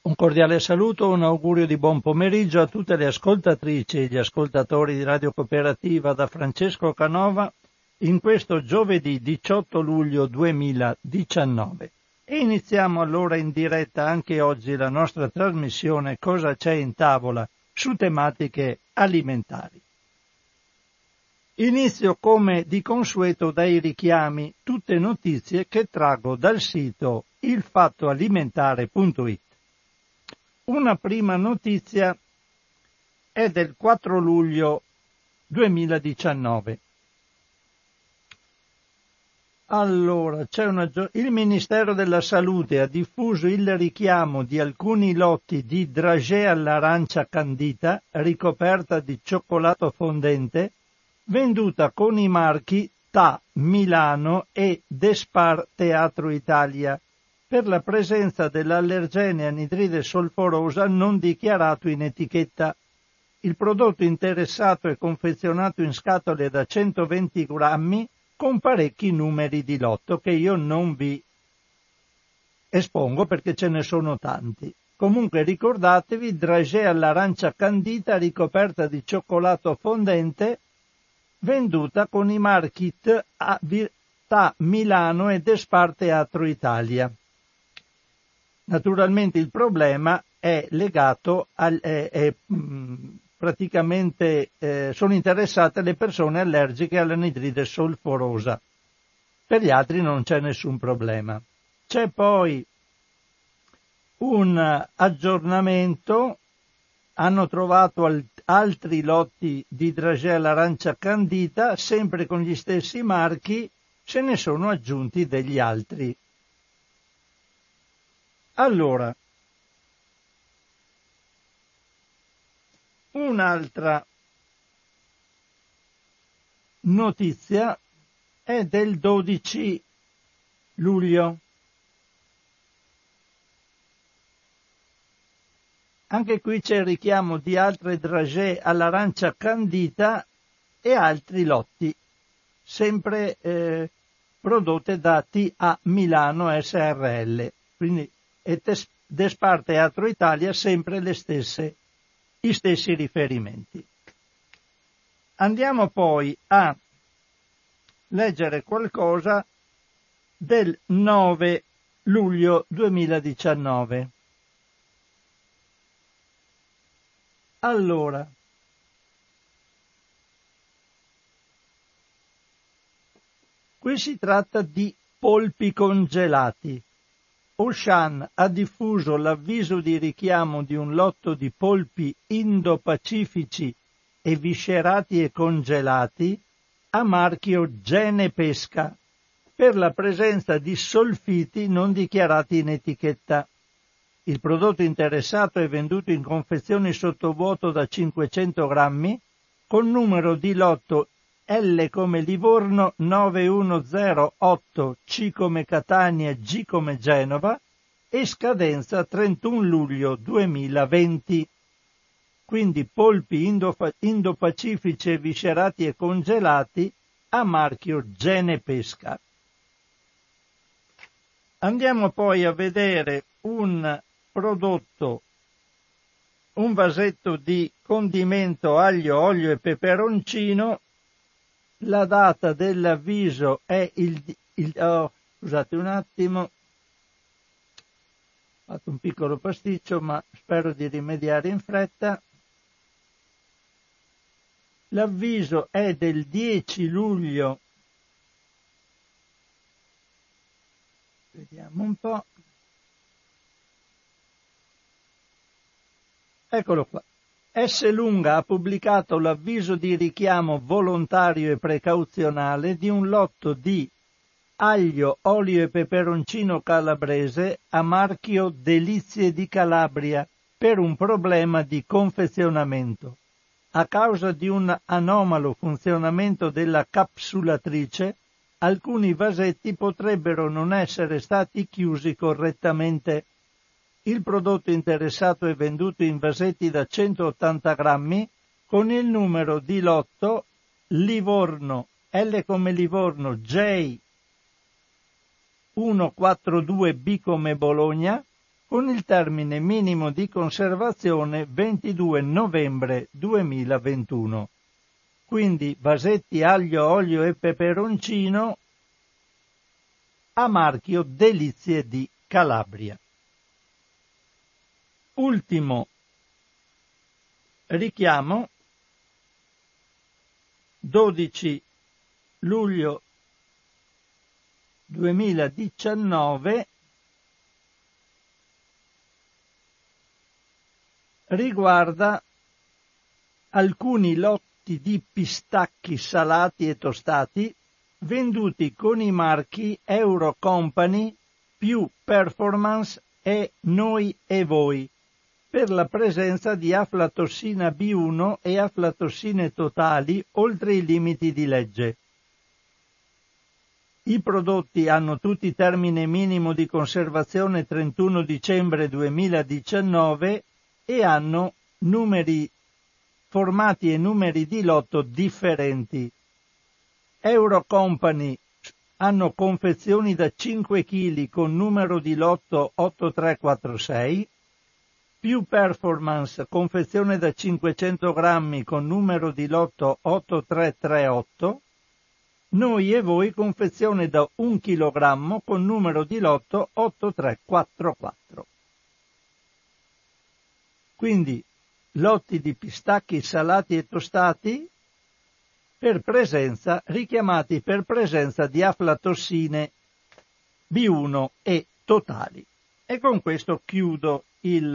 Un cordiale saluto, un augurio di buon pomeriggio a tutte le ascoltatrici e gli ascoltatori di Radio Cooperativa da Francesco Canova in questo giovedì 18 luglio 2019. E iniziamo allora in diretta anche oggi la nostra trasmissione Cosa c'è in tavola su tematiche alimentari. Inizio come di consueto dai richiami, tutte notizie che traggo dal sito ilfattoalimentare.it. Una prima notizia è del 4 luglio 2019. Allora, il Ministero della Salute ha diffuso il richiamo di alcuni lotti di dragée all'arancia candita ricoperta di cioccolato fondente venduta con i marchi Ta Milano e Despar Teatro Italia per la presenza dell'allergene anidride solforosa non dichiarato in etichetta. Il prodotto interessato è confezionato in scatole da 120 grammi con parecchi numeri di lotto che io non vi espongo perché ce ne sono tanti. Comunque ricordatevi, dragée all'arancia candita ricoperta di cioccolato fondente venduta con i marchi Ta Milano e Despar Teatro Italia. Naturalmente il problema è legato praticamente sono interessate le persone allergiche all'anidride solforosa. Per gli altri non c'è nessun problema. C'è poi un aggiornamento, hanno trovato altri lotti di dragée all'arancia candita, sempre con gli stessi marchi, se ne sono aggiunti degli altri. Allora, un'altra notizia è del 12 luglio. Anche qui c'è il richiamo di altre dragée all'arancia candita e altri lotti, sempre prodotte da TA Milano SRL, quindi e Despar Teatro Italia sempre gli stessi riferimenti. Andiamo poi a leggere qualcosa del 9 luglio 2019. Allora, qui si tratta di polpi congelati. Auchan ha diffuso l'avviso di richiamo di un lotto di polpi indo-pacifici e viscerati e congelati a marchio Gene Pesca per la presenza di solfiti non dichiarati in etichetta. Il prodotto interessato è venduto in confezioni sottovuoto da 500 grammi con numero di lotto L come Livorno 9108, C come Catania, G come Genova e scadenza 31 luglio 2020. Quindi polpi indo-pacifici e viscerati e congelati a marchio Gene Pesca. Andiamo poi a vedere un prodotto, un vasetto di condimento aglio, olio e peperoncino. La data dell'avviso è scusate un attimo, ho fatto un piccolo pasticcio, ma spero di rimediare in fretta. L'avviso è del 10 luglio. Vediamo un po'. Eccolo qua. S. Lunga ha pubblicato l'avviso di richiamo volontario e precauzionale di un lotto di aglio, olio e peperoncino calabrese a marchio Delizie di Calabria per un problema di confezionamento. A causa di un anomalo funzionamento della capsulatrice, alcuni vasetti potrebbero non essere stati chiusi correttamente. Il prodotto interessato è venduto in vasetti da 180 grammi con il numero di lotto Livorno, L come Livorno, J142B come Bologna, con il termine minimo di conservazione 22 novembre 2021. Quindi vasetti, aglio, olio e peperoncino a marchio Delizie di Calabria. Ultimo richiamo, 12 luglio 2019, riguarda alcuni lotti di pistacchi salati e tostati venduti con i marchi Euro Company, più Performance e Noi e Voi, per la presenza di aflatossina B1 e aflatossine totali oltre i limiti di legge. I prodotti hanno tutti termine minimo di conservazione 31 dicembre 2019 e hanno formati e numeri di lotto differenti. Euro Company hanno confezioni da 5 kg con numero di lotto 8346, più Performance confezione da 500 grammi con numero di lotto 8338, Noi e Voi confezione da 1 kg con numero di lotto 8344. Quindi lotti di pistacchi salati e tostati richiamati per presenza di aflatossine B1 e totali. E con questo chiudo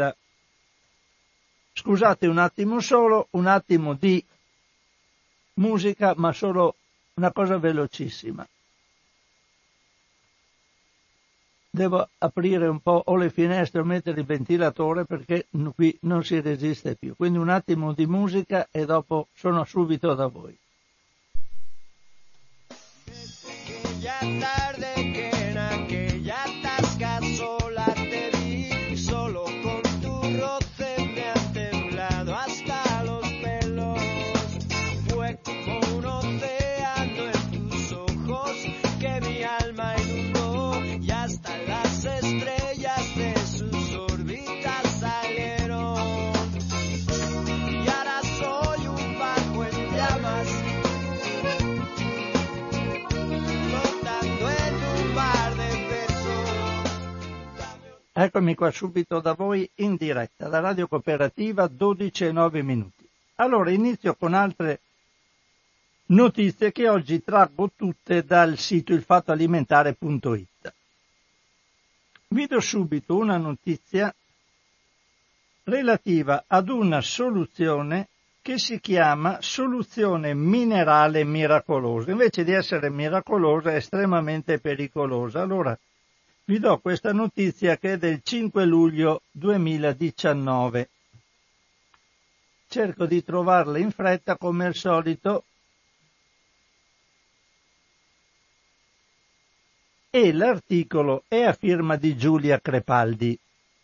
Scusate un attimo di musica, ma solo una cosa velocissima. Devo aprire un po' o le finestre o mettere il ventilatore perché qui non si resiste più. Quindi un attimo di musica e dopo sono subito da voi. Ya tarde que en aquella tasca sola te vi, solo con tu roce me has temblado hasta los pelos. Fue como un océano en tus ojos que mi alma inundó y hasta las estrellas de sus órbitas salieron. Y ahora soy un barco en llamas, Eccomi qua subito da voi in diretta, da Radio Cooperativa, 12:09. Allora inizio con altre notizie che oggi traggo tutte dal sito ilfattoalimentare.it. Vi do subito una notizia relativa ad una soluzione che si chiama soluzione minerale miracolosa. Invece di essere miracolosa è estremamente pericolosa. Allora vi do questa notizia che è del 5 luglio 2019. Cerco di trovarla in fretta come al solito. E l'articolo è a firma di Giulia Crepaldi.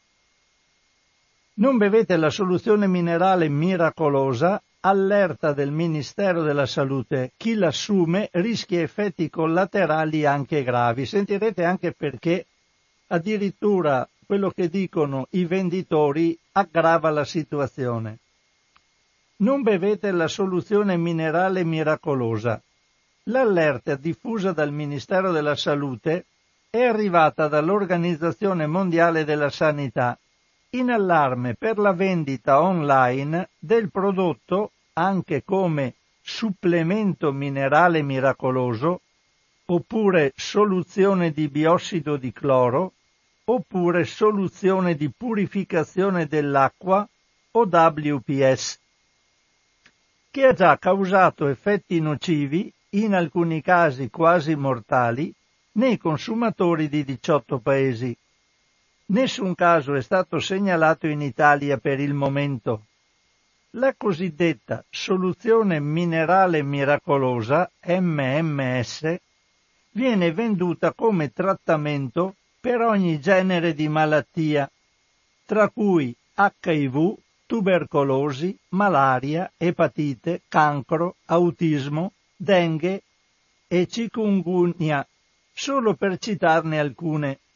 Non bevete la soluzione minerale miracolosa, allerta del Ministero della Salute. Chi l'assume rischia effetti collaterali anche gravi. Sentirete anche perché addirittura quello che dicono i venditori aggrava la situazione. Non bevete la soluzione minerale miracolosa. L'allerta diffusa dal Ministero della Salute è arrivata dall'Organizzazione Mondiale della Sanità, in allarme per la vendita online del prodotto anche come supplemento minerale miracoloso, oppure soluzione di biossido di cloro, oppure soluzione di purificazione dell'acqua o WPS, che ha già causato effetti nocivi, in alcuni casi quasi mortali, nei consumatori di 18 paesi. Nessun caso è stato segnalato in Italia per il momento. La cosiddetta soluzione minerale miracolosa, MMS, viene venduta come trattamento per ogni genere di malattia, tra cui HIV, tubercolosi, malaria, epatite, cancro, autismo, dengue e chikungunya, solo per citarne alcune.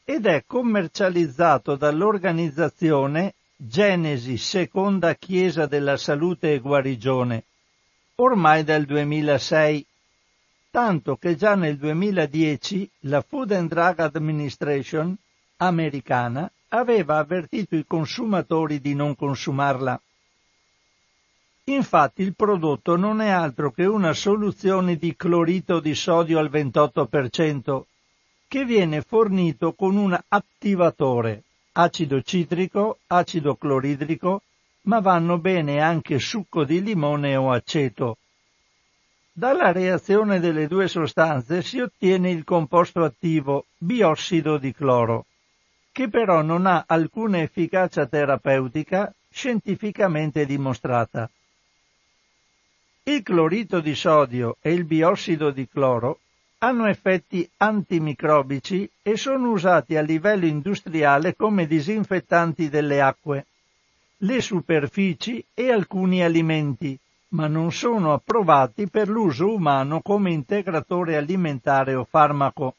ed è commercializzato dall'organizzazione Genesi Seconda Chiesa della Salute e Guarigione, ormai dal 2006, tanto che già nel 2010 la Food and Drug Administration americana aveva avvertito i consumatori di non consumarla. Infatti il prodotto non è altro che una soluzione di clorito di sodio al 28%, che viene fornito con un attivatore, acido citrico, acido cloridrico, ma vanno bene anche succo di limone o aceto. Dalla reazione delle due sostanze si ottiene il composto attivo biossido di cloro, che però non ha alcuna efficacia terapeutica scientificamente dimostrata. Il clorito di sodio e il biossido di cloro hanno effetti antimicrobici e sono usati a livello industriale come disinfettanti delle acque, le superfici e alcuni alimenti, ma non sono approvati per l'uso umano come integratore alimentare o farmaco.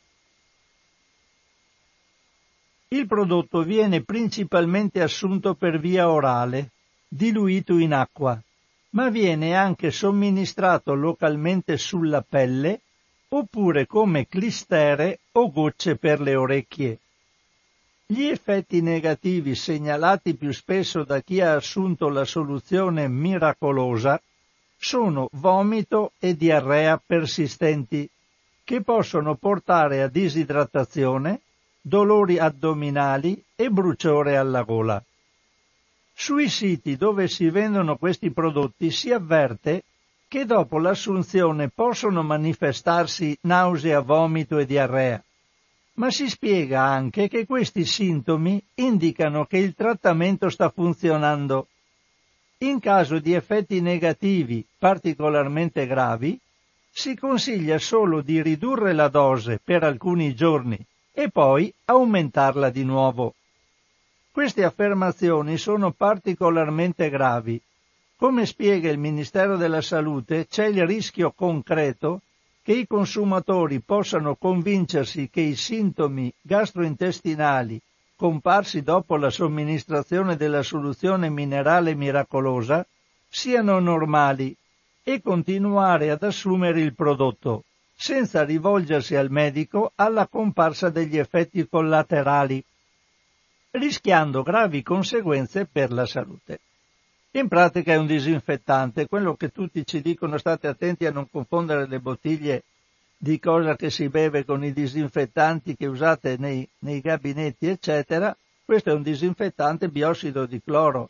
Il prodotto viene principalmente assunto per via orale, diluito in acqua, ma viene anche somministrato localmente sulla pelle oppure come clistere o gocce per le orecchie. Gli effetti negativi segnalati più spesso da chi ha assunto la soluzione miracolosa sono vomito e diarrea persistenti, che possono portare a disidratazione, dolori addominali e bruciore alla gola. Sui siti dove si vendono questi prodotti si avverte che dopo l'assunzione possono manifestarsi nausea, vomito e diarrea, ma si spiega anche che questi sintomi indicano che il trattamento sta funzionando. In caso di effetti negativi particolarmente gravi, si consiglia solo di ridurre la dose per alcuni giorni e poi aumentarla di nuovo. Queste affermazioni sono particolarmente gravi. Come spiega il Ministero della Salute, c'è il rischio concreto che i consumatori possano convincersi che i sintomi gastrointestinali comparsi dopo la somministrazione della soluzione minerale miracolosa siano normali e continuare ad assumere il prodotto, senza rivolgersi al medico alla comparsa degli effetti collaterali, rischiando gravi conseguenze per la salute. In pratica è un disinfettante, quello che tutti ci dicono: state attenti a non confondere le bottiglie di cosa che si beve con i disinfettanti che usate nei gabinetti, eccetera. Questo è un disinfettante biossido di cloro.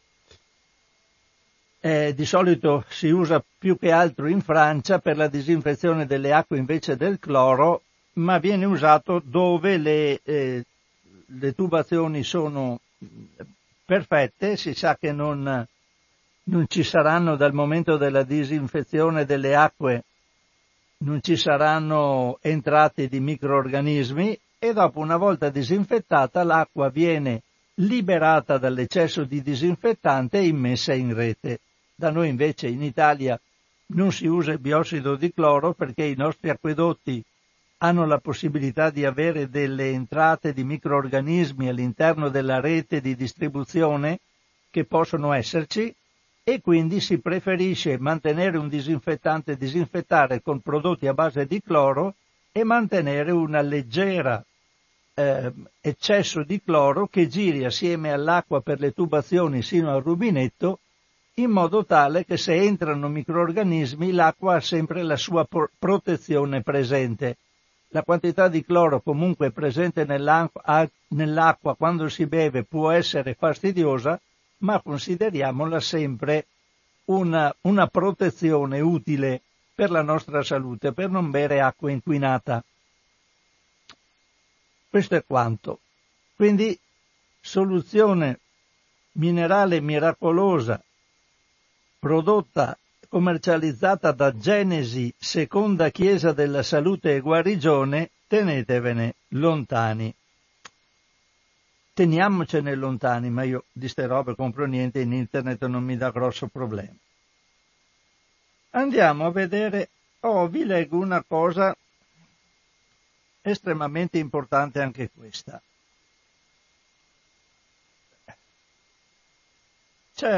Di solito si usa più che altro in Francia per la disinfezione delle acque invece del cloro, ma viene usato dove le tubazioni sono perfette, si sa che non ci saranno, dal momento della disinfezione delle acque, non ci saranno entrate di microrganismi, e dopo, una volta disinfettata, l'acqua viene liberata dall'eccesso di disinfettante e immessa in rete. Da noi invece in Italia non si usa il biossido di cloro perché i nostri acquedotti hanno la possibilità di avere delle entrate di microrganismi all'interno della rete di distribuzione che possono esserci, e quindi si preferisce mantenere un disinfettante, disinfettare con prodotti a base di cloro e mantenere una leggera eccesso di cloro che giri assieme all'acqua per le tubazioni sino al rubinetto, in modo tale che se entrano microrganismi l'acqua ha sempre la sua protezione presente. La quantità di cloro comunque presente nell'acqua quando si beve può essere fastidiosa, ma consideriamola sempre una protezione utile per la nostra salute, per non bere acqua inquinata. Questo è quanto. Quindi, soluzione minerale miracolosa, prodotta, commercializzata da Genesi Seconda Chiesa della Salute e Guarigione, tenetevene lontani. Teniamocene lontani, ma io di ste robe compro niente in internet, non mi dà grosso problema. Andiamo a vedere, vi leggo una cosa estremamente importante anche questa. c'è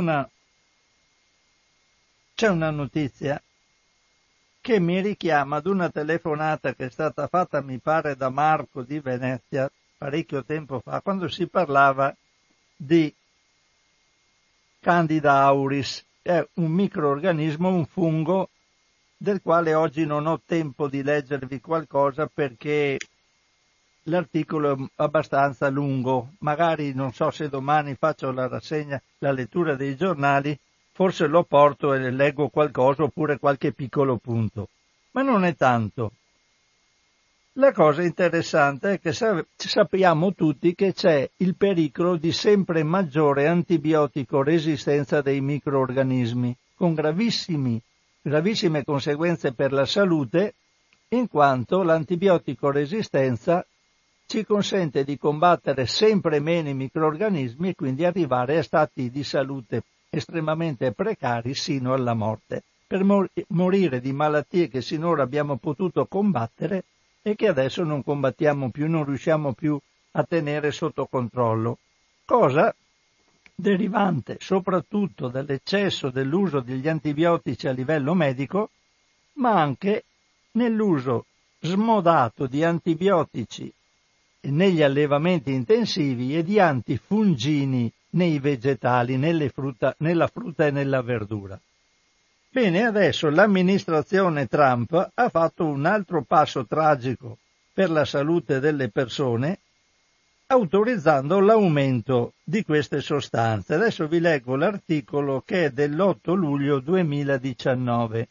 una notizia che mi richiama ad una telefonata che è stata fatta, mi pare, da Marco di Venezia parecchio tempo fa, quando si parlava di Candida auris. È un microorganismo, un fungo, del quale oggi non ho tempo di leggervi qualcosa perché l'articolo è abbastanza lungo. Magari, non so se domani faccio la rassegna, la lettura dei giornali, forse lo porto e leggo qualcosa oppure qualche piccolo punto. Ma non è tanto. La cosa interessante è che sappiamo tutti che c'è il pericolo di sempre maggiore antibiotico resistenza dei microorganismi, con gravissime conseguenze per la salute, in quanto l'antibiotico resistenza ci consente di combattere sempre meno i microorganismi e quindi arrivare a stati di salute estremamente precari sino alla morte, per morire di malattie che sinora abbiamo potuto combattere e che adesso non combattiamo più, non riusciamo più a tenere sotto controllo, cosa derivante soprattutto dall'eccesso dell'uso degli antibiotici a livello medico, ma anche nell'uso smodato di antibiotici negli allevamenti intensivi e di antifungini nei vegetali, nella frutta e nella verdura. Bene, adesso l'amministrazione Trump ha fatto un altro passo tragico per la salute delle persone, autorizzando l'aumento di queste sostanze. Adesso vi leggo l'articolo che è dell'8 luglio 2019.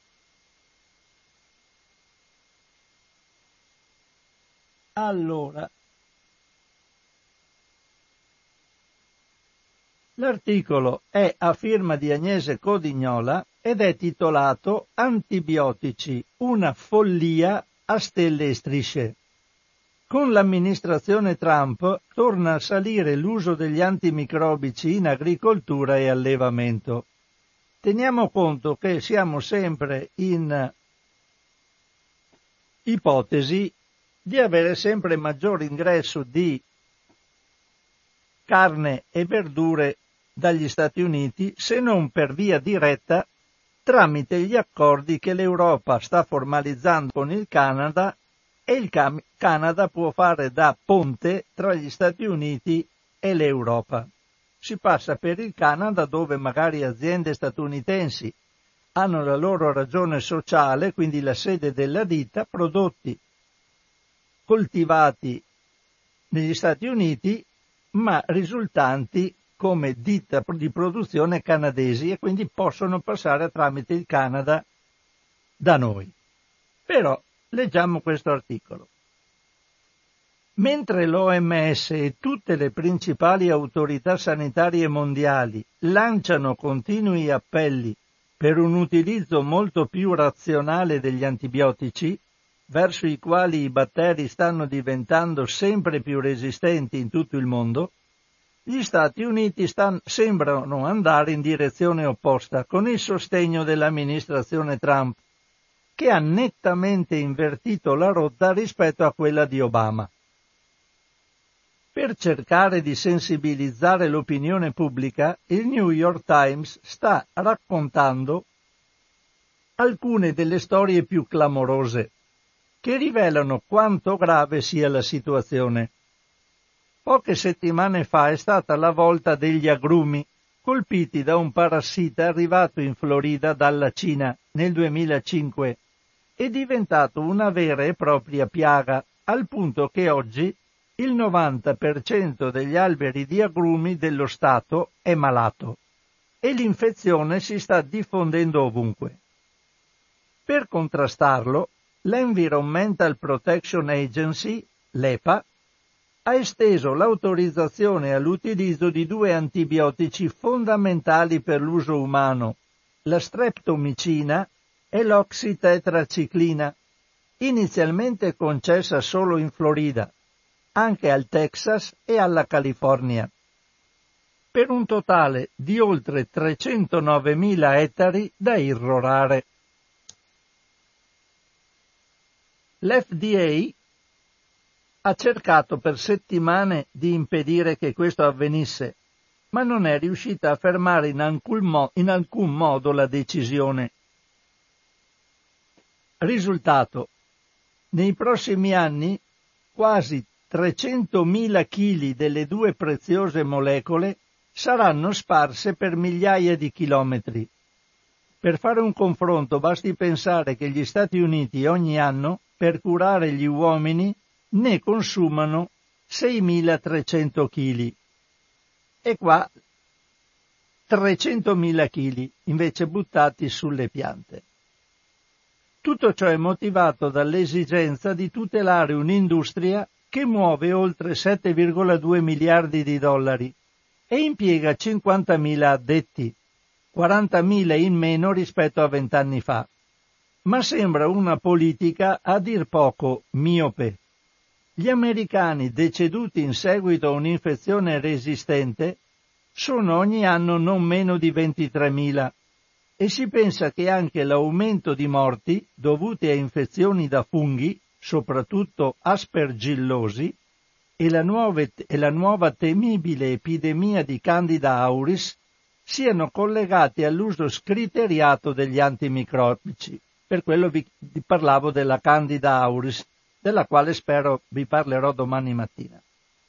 Allora, l'articolo è a firma di Agnese Codignola ed è titolato Antibiotici, una follia a stelle e strisce. Con l'amministrazione Trump torna a salire l'uso degli antimicrobici in agricoltura e allevamento. Teniamo conto che siamo sempre in ipotesi di avere sempre maggior ingresso di carne e verdure dagli Stati Uniti, se non per via diretta, tramite gli accordi che l'Europa sta formalizzando con il Canada e il Canada può fare da ponte tra gli Stati Uniti e l'Europa. Si passa per il Canada dove magari aziende statunitensi hanno la loro ragione sociale, quindi la sede della ditta, prodotti coltivati negli Stati Uniti ma risultanti come ditta di produzione canadesi e quindi possono passare tramite il Canada da noi. Però leggiamo questo articolo. Mentre l'OMS e tutte le principali autorità sanitarie mondiali lanciano continui appelli per un utilizzo molto più razionale degli antibiotici, verso i quali i batteri stanno diventando sempre più resistenti in tutto il mondo, gli Stati Uniti sembrano andare in direzione opposta con il sostegno dell'amministrazione Trump, che ha nettamente invertito la rotta rispetto a quella di Obama. Per cercare di sensibilizzare l'opinione pubblica, il New York Times sta raccontando alcune delle storie più clamorose, che rivelano quanto grave sia la situazione. Poche settimane fa è stata la volta degli agrumi, colpiti da un parassita arrivato in Florida dalla Cina nel 2005 e diventato una vera e propria piaga, al punto che oggi il 90% degli alberi di agrumi dello Stato è malato e l'infezione si sta diffondendo ovunque. Per contrastarlo, l'Environmental Protection Agency, l'EPA, ha esteso l'autorizzazione all'utilizzo di 2 antibiotici fondamentali per l'uso umano, la streptomicina e l'oxitetraciclina, inizialmente concessa solo in Florida, anche al Texas e alla California, per un totale di oltre 309.000 ettari da irrorare. L'FDA ha cercato per settimane di impedire che questo avvenisse, ma non è riuscita a fermare in alcun modo la decisione. Risultato: nei prossimi anni quasi 300.000 chili delle due preziose molecole saranno sparse per migliaia di chilometri. Per fare un confronto basti pensare che gli Stati Uniti ogni anno, per curare gli uomini, ne consumano 6.300 chili. E qua 300.000 chili invece buttati sulle piante. Tutto ciò è motivato dall'esigenza di tutelare un'industria che muove oltre 7,2 miliardi di dollari e impiega 50.000 addetti, 40.000 in meno rispetto a 20 anni fa. Ma sembra una politica a dir poco miope. Gli americani deceduti in seguito a un'infezione resistente sono ogni anno non meno di 23.000 e si pensa che anche l'aumento di morti dovuti a infezioni da funghi, soprattutto aspergillosi, e la nuova temibile epidemia di Candida auris siano collegati all'uso scriteriato degli antimicrobici. Per quello vi parlavo della Candida auris, della quale spero vi parlerò domani mattina.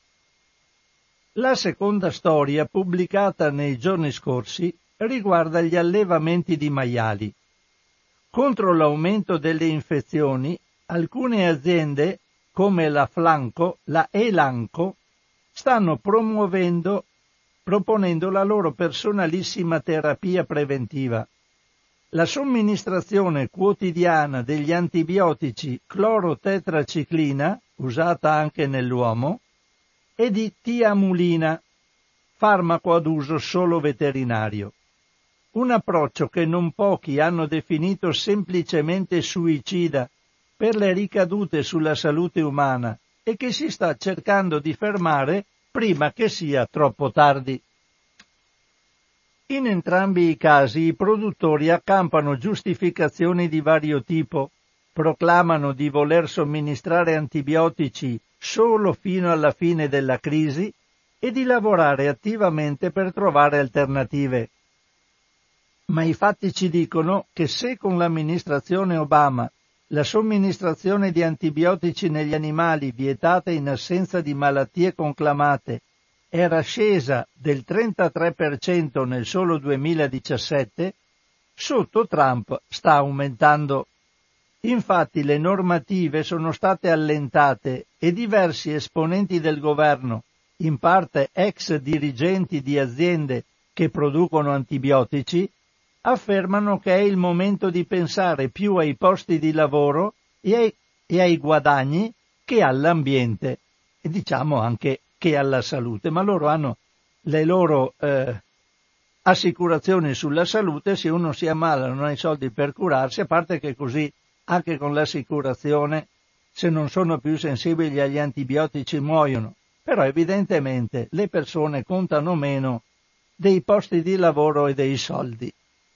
La seconda storia, pubblicata nei giorni scorsi, riguarda gli allevamenti di maiali. Contro l'aumento delle infezioni, alcune aziende, come la Elanco, stanno proponendo la loro personalissima terapia preventiva. La somministrazione quotidiana degli antibiotici clorotetraciclina, usata anche nell'uomo, e di tiamulina, farmaco ad uso solo veterinario. Un approccio che non pochi hanno definito semplicemente suicida per le ricadute sulla salute umana e che si sta cercando di fermare prima che sia troppo tardi. In entrambi i casi i produttori accampano giustificazioni di vario tipo, proclamano di voler somministrare antibiotici solo fino alla fine della crisi e di lavorare attivamente per trovare alternative. Ma i fatti ci dicono che se con l'amministrazione Obama la somministrazione di antibiotici negli animali vietata in assenza di malattie conclamate era scesa del 33% nel solo 2017, sotto Trump sta aumentando. Infatti le normative sono state allentate e diversi esponenti del governo, in parte ex dirigenti di aziende che producono antibiotici, affermano che è il momento di pensare più ai posti di lavoro e ai guadagni che all'ambiente e diciamo anche che alla salute, ma loro hanno le loro assicurazioni sulla salute. Se uno si ammala non ha i soldi per curarsi, a parte che così anche con l'assicurazione, se non sono più sensibili agli antibiotici, muoiono. Però evidentemente le persone contano meno dei posti di lavoro e dei soldi.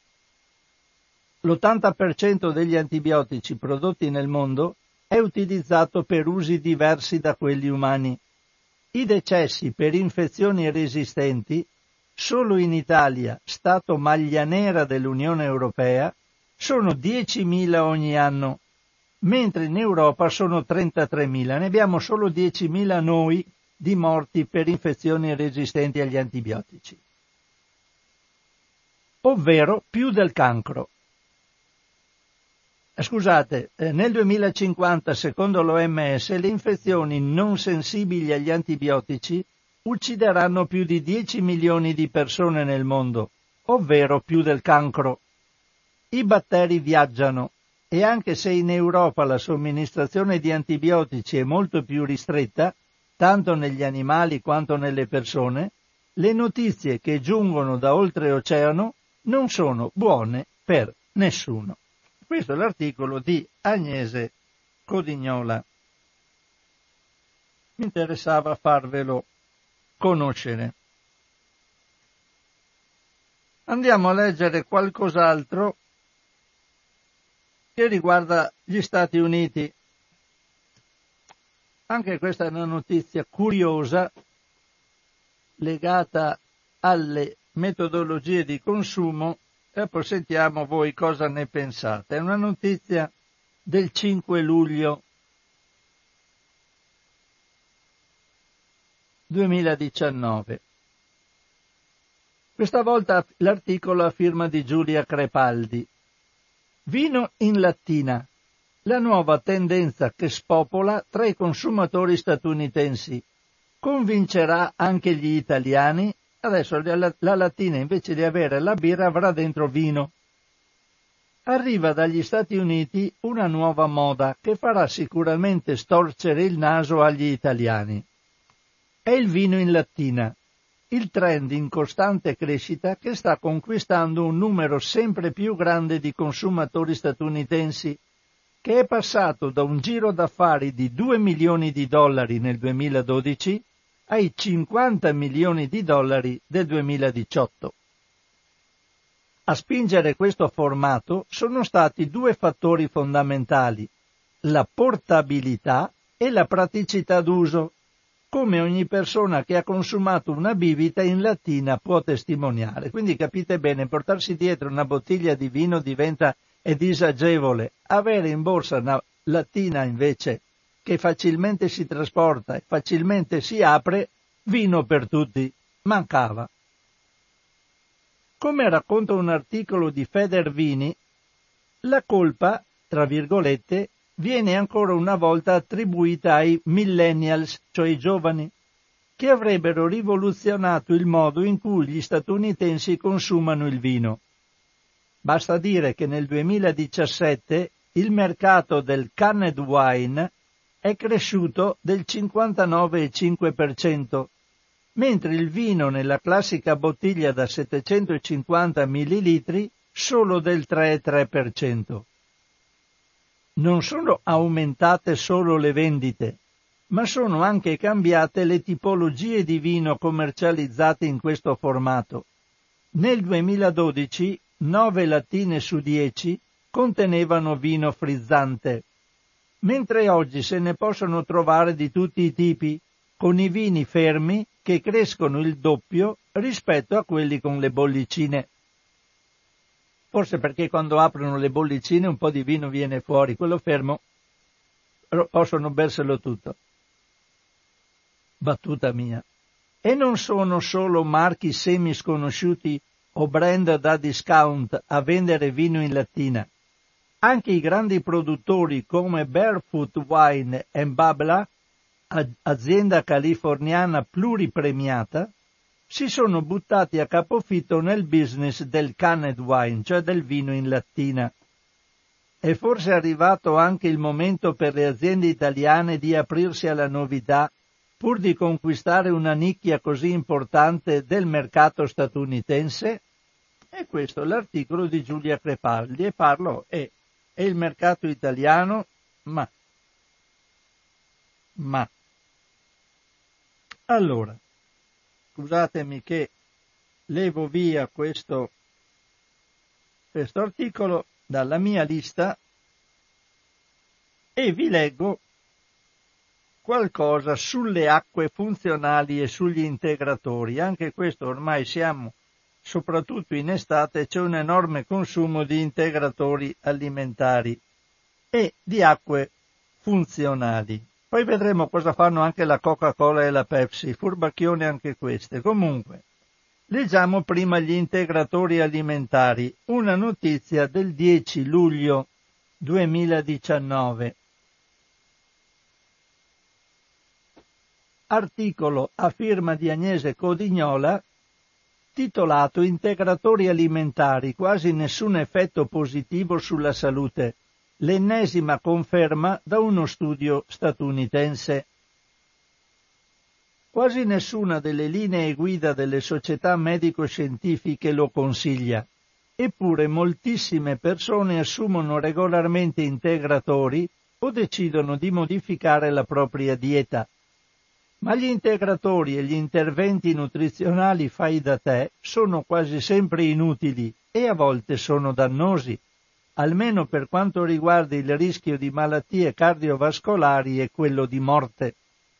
L'80% degli antibiotici prodotti nel mondo è utilizzato per usi diversi da quelli umani. I decessi per infezioni resistenti, solo in Italia, stato maglia nera dell'Unione Europea, sono 10.000 ogni anno, mentre in Europa sono 33.000. Ne abbiamo solo 10.000 noi di morti per infezioni resistenti agli antibiotici. Ovvero più del cancro. Scusate, nel 2050, secondo l'OMS, le infezioni non sensibili agli antibiotici uccideranno più di 10 milioni di persone nel mondo, ovvero più del cancro. I batteri viaggiano e anche se in Europa la somministrazione di antibiotici è molto più ristretta, tanto negli animali quanto nelle persone, le notizie che giungono da oltreoceano non sono buone per nessuno. Questo è l'articolo di Agnese Codignola. Mi interessava farvelo conoscere. Andiamo a leggere qualcos'altro che riguarda gli Stati Uniti. Anche questa è una notizia curiosa legata alle metodologie di consumo e poi sentiamo voi cosa ne pensate. È una notizia del 5 luglio 2019. Questa volta l'articolo a firma di Giulia Crepaldi. Vino in lattina, la nuova tendenza che spopola tra i consumatori statunitensi. Convincerà anche gli italiani? Adesso la lattina invece di avere la birra avrà dentro vino. Arriva dagli Stati Uniti una nuova moda che farà sicuramente storcere il naso agli italiani. È il vino in lattina, il trend in costante crescita che sta conquistando un numero sempre più grande di consumatori statunitensi, che è passato da un giro d'affari di $2 milioni nel 2012 ai $50 milioni del 2018. A spingere questo formato sono stati due fattori fondamentali: la portabilità e la praticità d'uso, come ogni persona che ha consumato una bibita in lattina può testimoniare. Quindi capite bene, portarsi dietro una bottiglia di vino è disagevole. Avere in borsa una lattina invece che facilmente si trasporta e facilmente si apre, vino per tutti, mancava. Come racconta un articolo di Federvini, la colpa, tra virgolette, viene ancora una volta attribuita ai millennials, cioè i giovani, che avrebbero rivoluzionato il modo in cui gli statunitensi consumano il vino. Basta dire che nel 2017 il mercato del canned wine è cresciuto del 59,5%, mentre il vino nella classica bottiglia da 750 ml solo del 3,3%. Non sono aumentate solo le vendite, ma sono anche cambiate le tipologie di vino commercializzate in questo formato. Nel 2012 9 lattine su 10 contenevano vino frizzante, mentre oggi se ne possono trovare di tutti i tipi, con i vini fermi che crescono il doppio rispetto a quelli con le bollicine. Forse perché quando aprono le bollicine un po' di vino viene fuori, quello fermo possono berselo tutto. Battuta mia. E non sono solo marchi semisconosciuti o brand da discount a vendere vino in lattina. Anche i grandi produttori come Barefoot Wine & Babla, azienda californiana pluripremiata, si sono buttati a capofitto nel business del canned wine, cioè del vino in lattina. È forse arrivato anche il momento per le aziende italiane di aprirsi alla novità, pur di conquistare una nicchia così importante del mercato statunitense? E questo è l'articolo di Giulia Crepaldi, e parlo è il mercato italiano, ma. Allora, scusatemi che levo via questo articolo dalla mia lista e vi leggo qualcosa sulle acque funzionali e sugli integratori. Anche questo ormai siamo, soprattutto in estate, c'è un enorme consumo di integratori alimentari e di acque funzionali. Poi vedremo cosa fanno anche la Coca-Cola e la Pepsi, furbacchione anche queste. Comunque, leggiamo prima gli integratori alimentari, una notizia del 10 luglio 2019. Articolo a firma di Agnese Codignola, titolato Integratori alimentari, quasi nessun effetto positivo sulla salute. L'ennesima conferma da uno studio statunitense. Quasi nessuna delle linee guida delle società medico-scientifiche lo consiglia, eppure moltissime persone assumono regolarmente integratori o decidono di modificare la propria dieta. Ma gli integratori e gli interventi nutrizionali fai da te sono quasi sempre inutili e a volte sono dannosi, almeno per quanto riguarda il rischio di malattie cardiovascolari e quello di morte.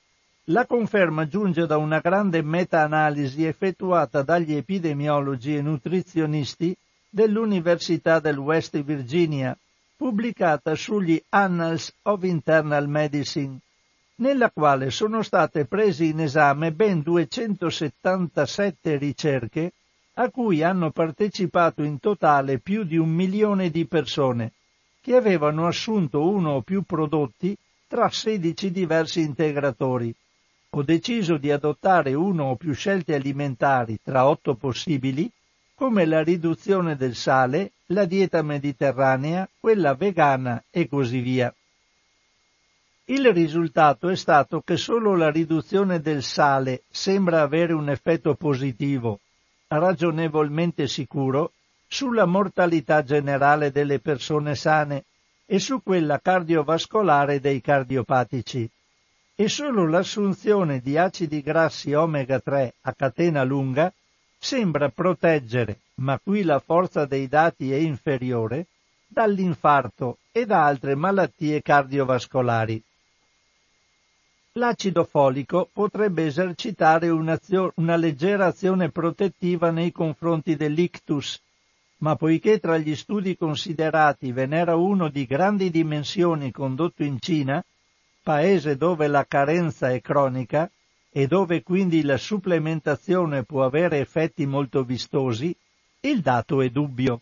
La conferma giunge da una grande meta-analisi effettuata dagli epidemiologi e nutrizionisti dell'Università del West Virginia, pubblicata sugli Annals of Internal Medicine, nella quale sono state prese in esame ben 277 ricerche a cui hanno partecipato in totale più di 1 milione di persone, che avevano assunto uno o più prodotti tra 16 diversi integratori, o deciso di adottare uno o più scelte alimentari tra 8 possibili, come la riduzione del sale, la dieta mediterranea, quella vegana e così via. Il risultato è stato che solo la riduzione del sale sembra avere un effetto positivo, ragionevolmente sicuro, sulla mortalità generale delle persone sane e su quella cardiovascolare dei cardiopatici, e solo l'assunzione di acidi grassi omega 3 a catena lunga sembra proteggere, ma qui la forza dei dati è inferiore, dall'infarto e da altre malattie cardiovascolari. L'acido folico potrebbe esercitare una leggera azione protettiva nei confronti dell'ictus, ma poiché tra gli studi considerati ve n'era uno di grandi dimensioni condotto in Cina, paese dove la carenza è cronica e dove quindi la supplementazione può avere effetti molto vistosi, il dato è dubbio.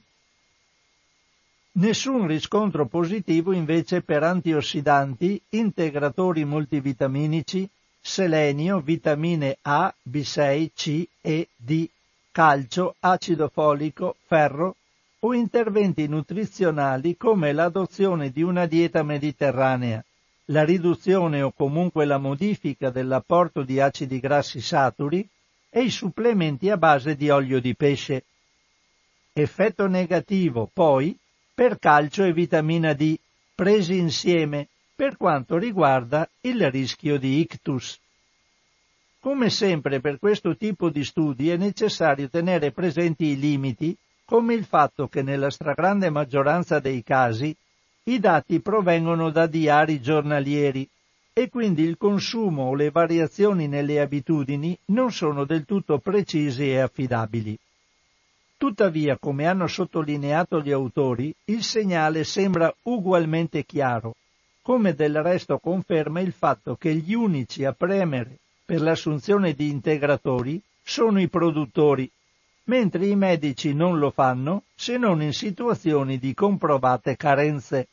Nessun riscontro positivo invece per antiossidanti, integratori multivitaminici, selenio, vitamine A, B6, C, E, D, calcio, acido folico, ferro o interventi nutrizionali come l'adozione di una dieta mediterranea, la riduzione o comunque la modifica dell'apporto di acidi grassi saturi e i supplementi a base di olio di pesce. Effetto negativo, poi, per calcio e vitamina D, presi insieme, per quanto riguarda il rischio di ictus. Come sempre per questo tipo di studi è necessario tenere presenti i limiti, come il fatto che nella stragrande maggioranza dei casi i dati provengono da diari giornalieri e quindi il consumo o le variazioni nelle abitudini non sono del tutto precisi e affidabili. Tuttavia, come hanno sottolineato gli autori, il segnale sembra ugualmente chiaro, come del resto conferma il fatto che gli unici a premere per l'assunzione di integratori sono i produttori, mentre i medici non lo fanno se non in situazioni di comprovate carenze.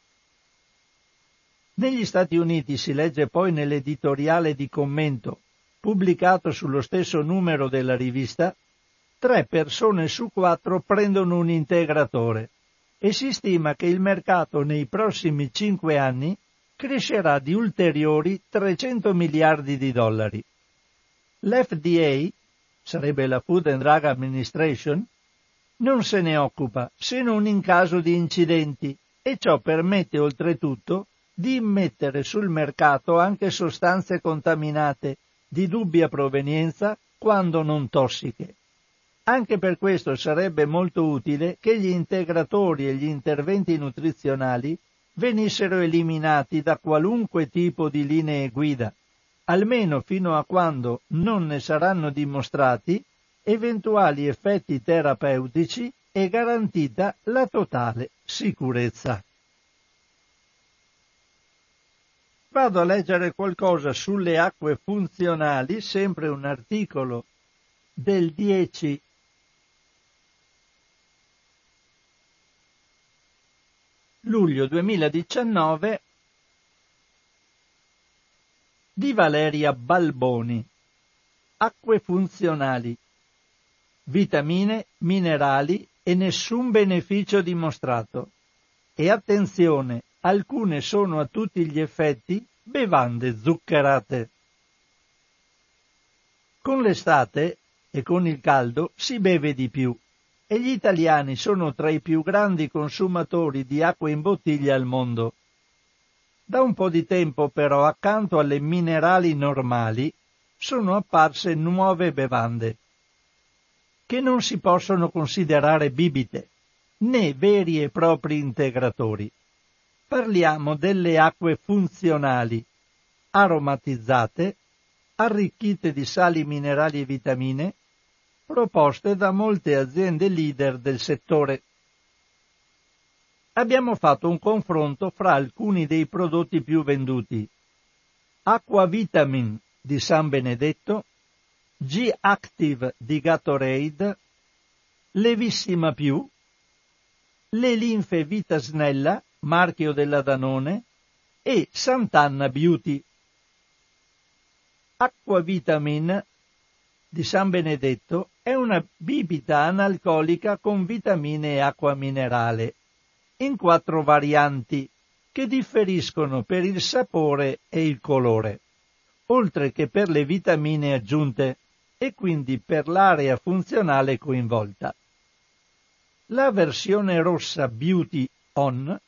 Negli Stati Uniti si legge poi nell'editoriale di commento, pubblicato sullo stesso numero della rivista, 3 persone su 4 prendono un integratore e si stima che il mercato nei prossimi 5 anni crescerà di ulteriori 300 miliardi di dollari. L'FDA, sarebbe la Food and Drug Administration, non se ne occupa se non in caso di incidenti e ciò permette oltretutto di immettere sul mercato anche sostanze contaminate di dubbia provenienza quando non tossiche. Anche per questo sarebbe molto utile che gli integratori e gli interventi nutrizionali venissero eliminati da qualunque tipo di linee guida, almeno fino a quando non ne saranno dimostrati eventuali effetti terapeutici e garantita la totale sicurezza. Vado a leggere qualcosa sulle acque funzionali, sempre un articolo del 10 luglio 2019 di Valeria Balboni. Acque funzionali, vitamine, minerali e nessun beneficio dimostrato. E attenzione, alcune sono a tutti gli effetti bevande zuccherate. Con l'estate e con il caldo si beve di più e gli italiani sono tra i più grandi consumatori di acqua in bottiglia al mondo. Da un po' di tempo però, accanto alle minerali normali, sono apparse nuove bevande, che non si possono considerare bibite, né veri e propri integratori. Parliamo delle acque funzionali, aromatizzate, arricchite di sali minerali e vitamine, proposte da molte aziende leader del settore. Abbiamo fatto un confronto fra alcuni dei prodotti più venduti: Aquavitamin di San Benedetto, G-Active di Gatorade, Levissima Più, Le Linfe Vita Snella, marchio della Danone, e Sant'Anna Beauty. Aquavitamin di San Benedetto è una bibita analcolica con vitamine e acqua minerale, in 4 varianti che differiscono per il sapore e il colore, oltre che per le vitamine aggiunte e quindi per l'area funzionale coinvolta. La versione rossa Beauty On,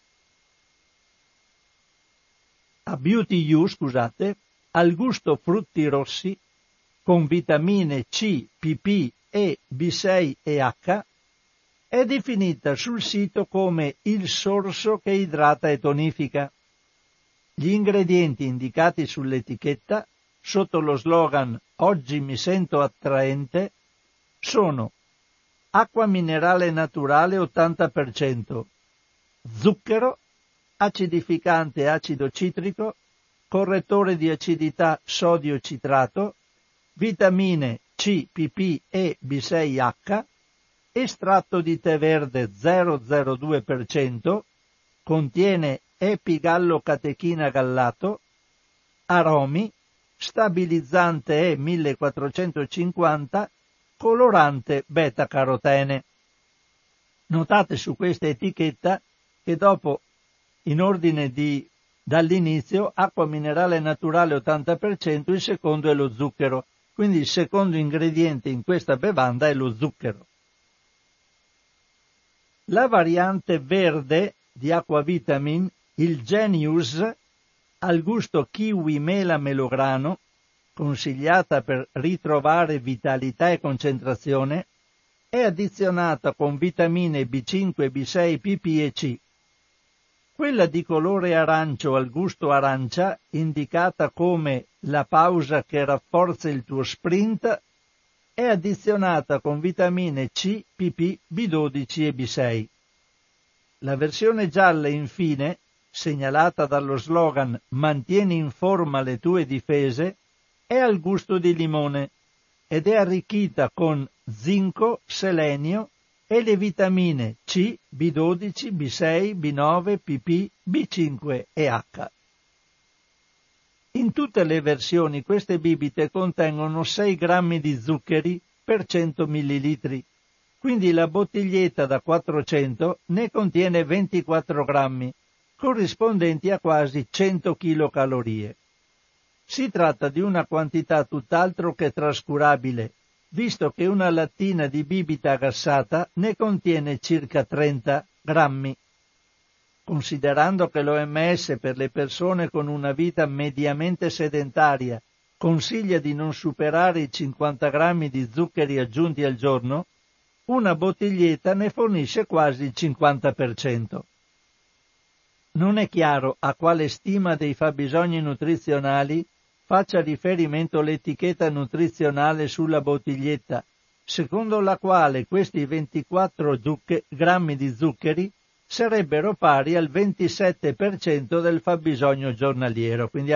a Beauty U, al gusto frutti rossi, con vitamine C, PP, E, B6 e H, è definita sul sito come il sorso che idrata e tonifica. Gli ingredienti indicati sull'etichetta, sotto lo slogan "Oggi mi sento attraente", sono acqua minerale naturale 80%, zucchero, acidificante acido citrico, correttore di acidità sodio citrato, vitamine C, PP, E, B6H, estratto di tè verde 0,02%, contiene epigallocatechina gallato, aromi, stabilizzante E1450, colorante beta-carotene. Notate su questa etichetta che dopo, in ordine dall'inizio, acqua minerale naturale 80%, il secondo è lo zucchero, quindi il secondo ingrediente in questa bevanda è lo zucchero. La variante verde di Aquavitamin, il Genius, al gusto kiwi mela melograno, consigliata per ritrovare vitalità e concentrazione, è addizionata con vitamine B5, B6, PP e C. Quella di colore arancio al gusto arancia, indicata come la pausa che rafforza il tuo sprint, è addizionata con vitamine C, PP, B12 e B6. La versione gialla, infine, segnalata dallo slogan "Mantieni in forma le tue difese", è al gusto di limone ed è arricchita con zinco, selenio e le vitamine C, B12, B6, B9, PP, B5 e H. In tutte le versioni queste bibite contengono 6 grammi di zuccheri per 100 millilitri, quindi la bottiglietta da 400 ne contiene 24 grammi, corrispondenti a quasi 100 kcal. Si tratta di una quantità tutt'altro che trascurabile, visto che una lattina di bibita gassata ne contiene circa 30 grammi. Considerando che l'OMS per le persone con una vita mediamente sedentaria consiglia di non superare i 50 grammi di zuccheri aggiunti al giorno, una bottiglietta ne fornisce quasi il 50%. Non è chiaro a quale stima dei fabbisogni nutrizionali faccia riferimento l'etichetta nutrizionale sulla bottiglietta, secondo la quale questi 24 grammi di zuccheri sarebbero pari al 27% del fabbisogno giornaliero, quindi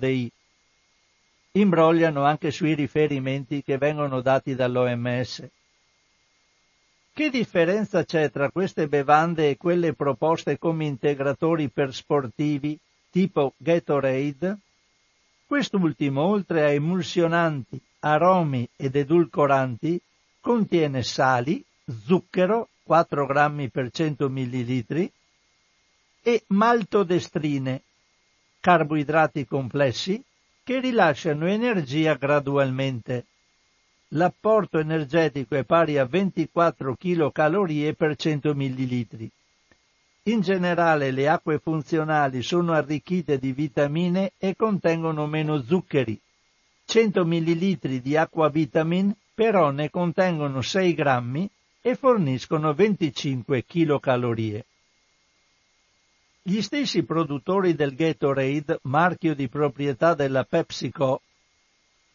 imbrogliano anche sui riferimenti che vengono dati dall'OMS. Che differenza c'è tra queste bevande e quelle proposte come integratori per sportivi tipo Gatorade? Quest'ultimo, oltre a emulsionanti, aromi ed edulcoranti, contiene sali, zucchero, 4 grammi per 100 millilitri, e maltodestrine, carboidrati complessi, che rilasciano energia gradualmente. L'apporto energetico è pari a 24 kcal per 100 millilitri. In generale le acque funzionali sono arricchite di vitamine e contengono meno zuccheri. 100 millilitri di Aquavitamin però ne contengono 6 grammi e forniscono 25 kcal. Gli stessi produttori del Gatorade, marchio di proprietà della PepsiCo,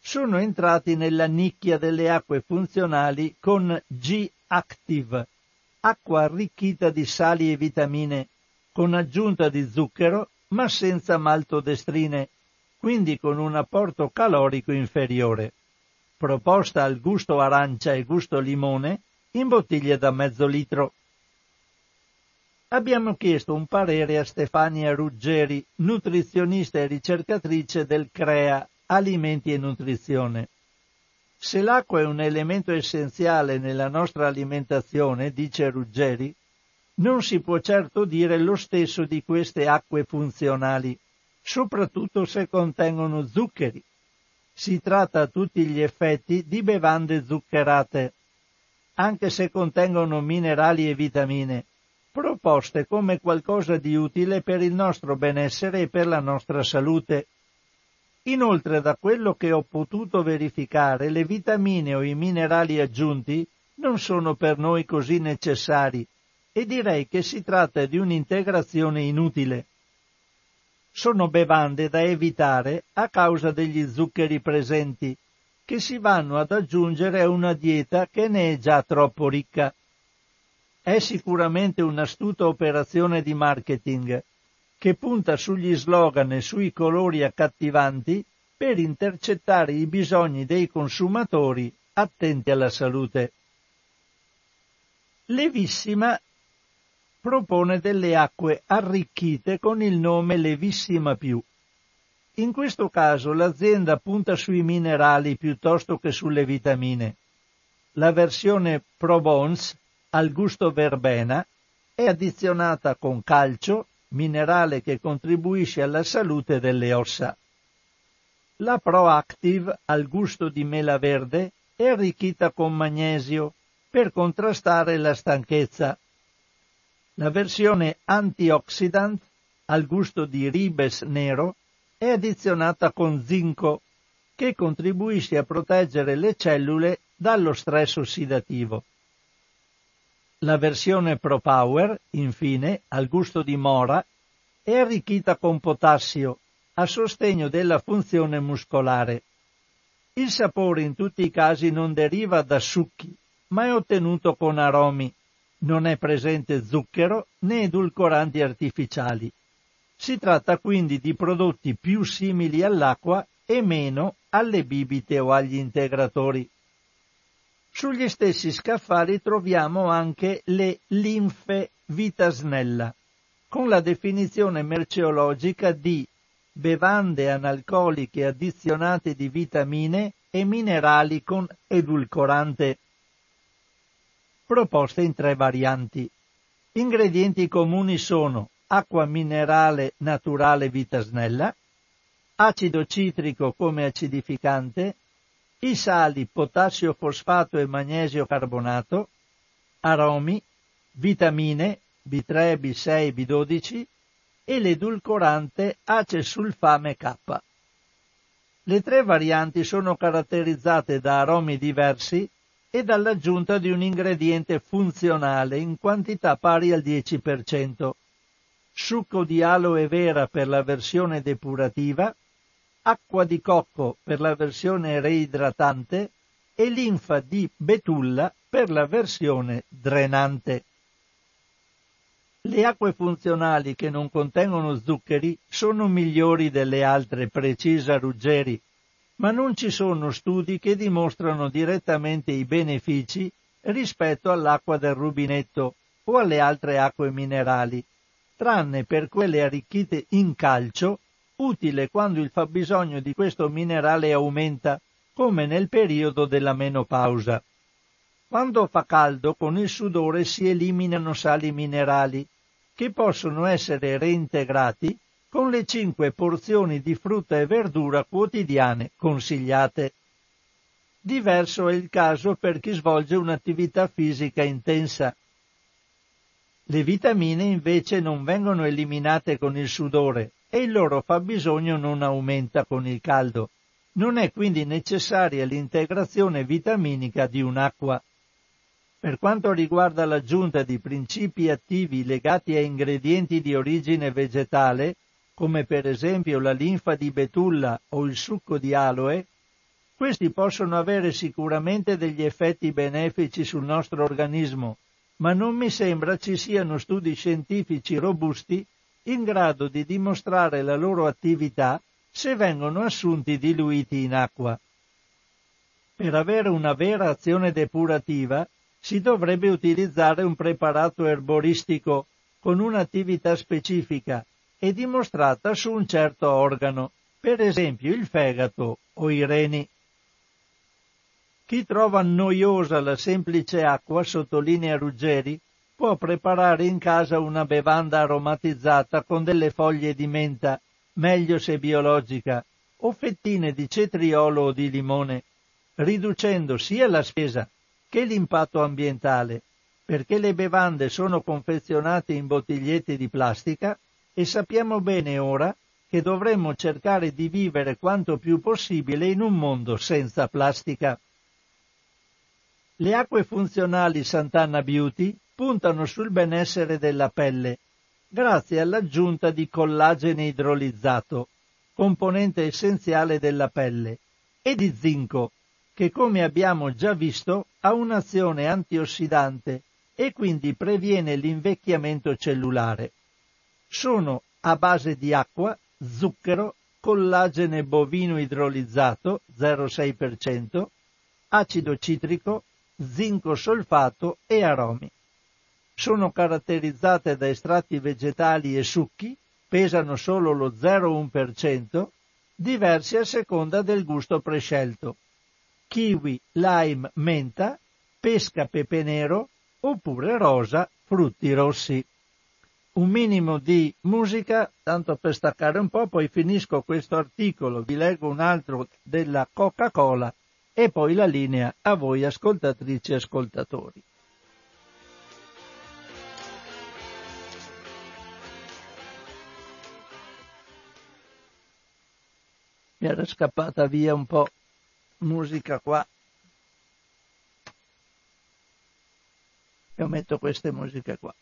sono entrati nella nicchia delle acque funzionali con G-Active, acqua arricchita di sali e vitamine, con aggiunta di zucchero, ma senza maltodestrine, quindi con un apporto calorico inferiore. Proposta al gusto arancia e gusto limone, in bottiglie da mezzo litro. Abbiamo chiesto un parere a Stefania Ruggeri, nutrizionista e ricercatrice del CREA, Alimenti e Nutrizione. Se l'acqua è un elemento essenziale nella nostra alimentazione, dice Ruggeri, non si può certo dire lo stesso di queste acque funzionali, soprattutto se contengono zuccheri. Si tratta a tutti gli effetti di bevande zuccherate, anche se contengono minerali e vitamine, proposte come qualcosa di utile per il nostro benessere e per la nostra salute. Inoltre, da quello che ho potuto verificare, le vitamine o i minerali aggiunti non sono per noi così necessari e direi che si tratta di un'integrazione inutile. Sono bevande da evitare a causa degli zuccheri presenti, che si vanno ad aggiungere a una dieta che ne è già troppo ricca. È sicuramente un'astuta operazione di marketing, che punta sugli slogan e sui colori accattivanti per intercettare i bisogni dei consumatori attenti alla salute. Levissima propone delle acque arricchite con il nome Levissima Più. In questo caso l'azienda punta sui minerali piuttosto che sulle vitamine. La versione Pro Bones, al gusto verbena, è addizionata con calcio, minerale che contribuisce alla salute delle ossa. La Pro Active, al gusto di mela verde, è arricchita con magnesio per contrastare la stanchezza. La versione Antioxidant, al gusto di ribes nero, è addizionata con zinco, che contribuisce a proteggere le cellule dallo stress ossidativo. La versione Pro Power, infine, al gusto di mora, è arricchita con potassio, a sostegno della funzione muscolare. Il sapore in tutti i casi non deriva da succhi, ma è ottenuto con aromi. Non è presente zucchero né edulcoranti artificiali. Si tratta quindi di prodotti più simili all'acqua e meno alle bibite o agli integratori. Sugli stessi scaffali troviamo anche le linfe Vitasnella, con la definizione merceologica di bevande analcoliche addizionate di vitamine e minerali con edulcorante. Proposte in 3 varianti. Ingredienti comuni sono acqua minerale naturale Vitasnella, acido citrico come acidificante, i sali potassio fosfato e magnesio carbonato, aromi, vitamine B3, B6, B12 e l'edulcorante acesulfame K. Le 3 varianti sono caratterizzate da aromi diversi e dall'aggiunta di un ingrediente funzionale in quantità pari al 10%, succo di aloe vera per la versione depurativa, acqua di cocco per la versione reidratante e linfa di betulla per la versione drenante. Le acque funzionali che non contengono zuccheri sono migliori delle altre, precisa Ruggeri, ma non ci sono studi che dimostrano direttamente i benefici rispetto all'acqua del rubinetto o alle altre acque minerali, tranne per quelle arricchite in calcio, utile quando il fabbisogno di questo minerale aumenta, come nel periodo della menopausa. Quando fa caldo, con il sudore si eliminano sali minerali, che possono essere reintegrati con le 5 porzioni di frutta e verdura quotidiane consigliate. Diverso è il caso per chi svolge un'attività fisica intensa. Le vitamine invece non vengono eliminate con il sudore e il loro fabbisogno non aumenta con il caldo. Non è quindi necessaria l'integrazione vitaminica di un'acqua. Per quanto riguarda l'aggiunta di principi attivi legati a ingredienti di origine vegetale, come per esempio la linfa di betulla o il succo di aloe, Questi possono avere sicuramente degli effetti benefici sul nostro organismo, ma non mi sembra ci siano studi scientifici robusti in grado di dimostrare la loro attività se vengono assunti diluiti in acqua. Per avere una vera azione depurativa si dovrebbe utilizzare un preparato erboristico con un'attività specifica e dimostrata su un certo organo, per esempio il fegato o i reni. Chi trova noiosa la semplice acqua, sottolinea Ruggeri, può preparare in casa una bevanda aromatizzata con delle foglie di menta, meglio se biologica, o fettine di cetriolo o di limone, riducendo sia la spesa che l'impatto ambientale, perché le bevande sono confezionate in bottigliette di plastica e sappiamo bene ora che dovremmo cercare di vivere quanto più possibile in un mondo senza plastica. Le acque funzionali Sant'Anna Beauty puntano sul benessere della pelle, grazie all'aggiunta di collagene idrolizzato, componente essenziale della pelle, e di zinco, che come abbiamo già visto ha un'azione antiossidante e quindi previene l'invecchiamento cellulare. Sono a base di acqua, zucchero, collagene bovino idrolizzato 0,6%, acido citrico, zinco solfato e aromi. Sono caratterizzate da estratti vegetali e succhi, pesano solo lo 0,1%, diversi a seconda del gusto prescelto: kiwi, lime, menta, pesca, pepe nero, oppure rosa, frutti rossi. Un minimo di musica, tanto per staccare un po', poi finisco questo articolo, vi leggo un altro della Coca-Cola e poi la linea a voi ascoltatrici e ascoltatori. Mi era scappata via un po' musica qua. Io metto queste musiche qua.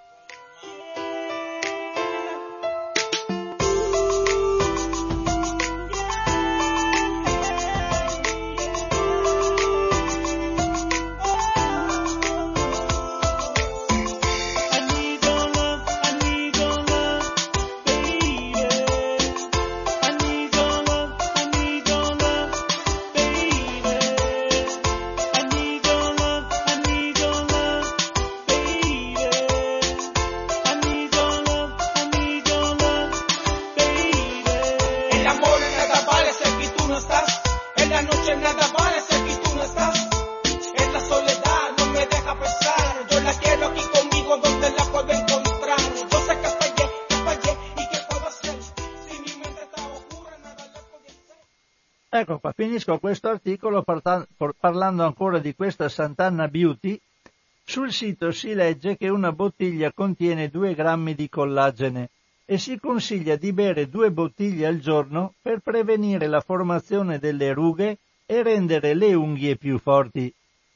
Ecco qua, finisco questo articolo parlando ancora di questa Sant'Anna Beauty. Sul sito si legge che una bottiglia contiene 2 grammi di collagene e si consiglia di bere 2 bottiglie al giorno per prevenire la formazione delle rughe e rendere le unghie più forti.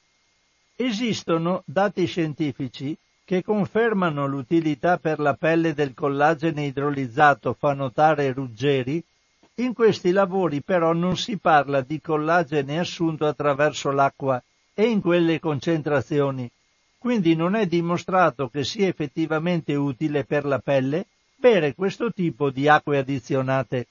Esistono dati scientifici che confermano l'utilità per la pelle del collagene idrolizzato, fa notare Ruggeri. In questi lavori però non si parla di collagene assunto attraverso l'acqua e in quelle concentrazioni, quindi non è dimostrato che sia effettivamente utile per la pelle bere questo tipo di acque addizionate.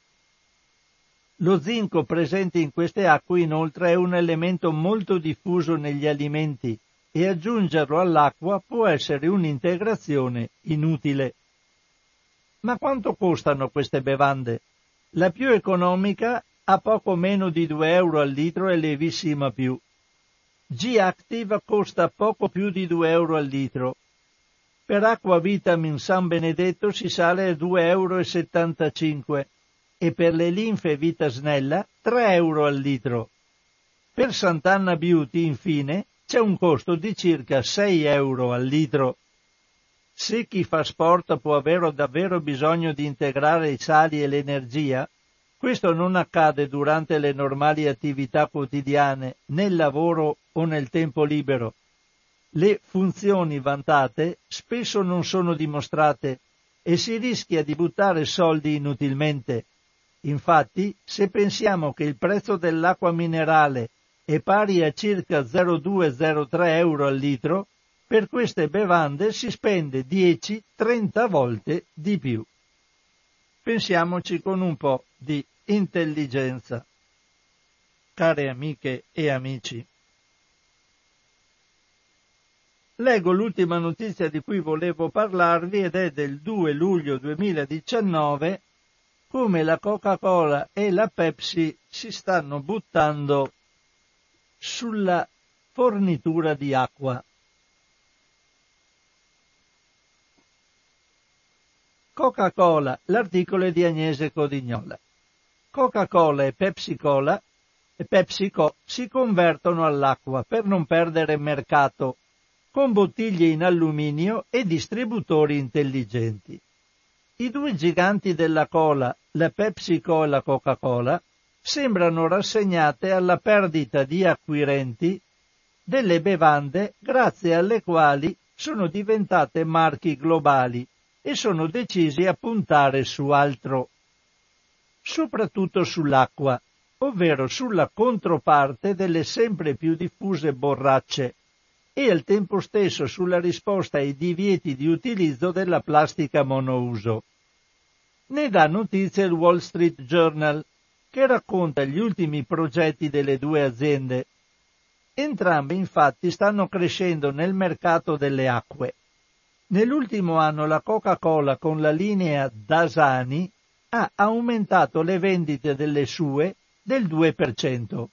Lo zinco presente in queste acque inoltre è un elemento molto diffuso negli alimenti e aggiungerlo all'acqua può essere un'integrazione inutile. Ma quanto costano queste bevande? La più economica ha poco meno di 2 euro al litro e lievissima più. G-Active costa poco più di 2 euro al litro. Per Acqua Vitamin San Benedetto si sale a 2,75 euro e per le linfe Vita Snella 3 euro al litro. Per Sant'Anna Beauty, infine, c'è un costo di circa 6 euro al litro. Se chi fa sport può avere davvero bisogno di integrare i sali e l'energia, questo non accade durante le normali attività quotidiane, nel lavoro o nel tempo libero. Le funzioni vantate spesso non sono dimostrate e si rischia di buttare soldi inutilmente. Infatti, se pensiamo che il prezzo dell'acqua minerale è pari a circa 0,2-0,3 euro al litro, per queste bevande si spende 10-30 volte di più. Pensiamoci con un po' di intelligenza, care amiche e amici. Leggo l'ultima notizia di cui volevo parlarvi ed è del 2 luglio 2019, come la Coca-Cola e la Pepsi si stanno buttando sulla fornitura di acqua. Coca-Cola, l'articolo è di Agnese Codignola. Coca-Cola e PepsiCo si convertono all'acqua per non perdere mercato, con bottiglie in alluminio e distributori intelligenti. I due giganti della cola, la PepsiCo e la Coca-Cola, sembrano rassegnate alla perdita di acquirenti delle bevande grazie alle quali sono diventate marchi globali e sono decisi a puntare su altro, soprattutto sull'acqua, ovvero sulla controparte delle sempre più diffuse borracce, e al tempo stesso sulla risposta ai divieti di utilizzo della plastica monouso. Ne dà notizia il Wall Street Journal, che racconta gli ultimi progetti delle due aziende. Entrambe infatti stanno crescendo nel mercato delle acque. Nell'ultimo anno la Coca-Cola con la linea Dasani ha aumentato le vendite delle sue del 2%.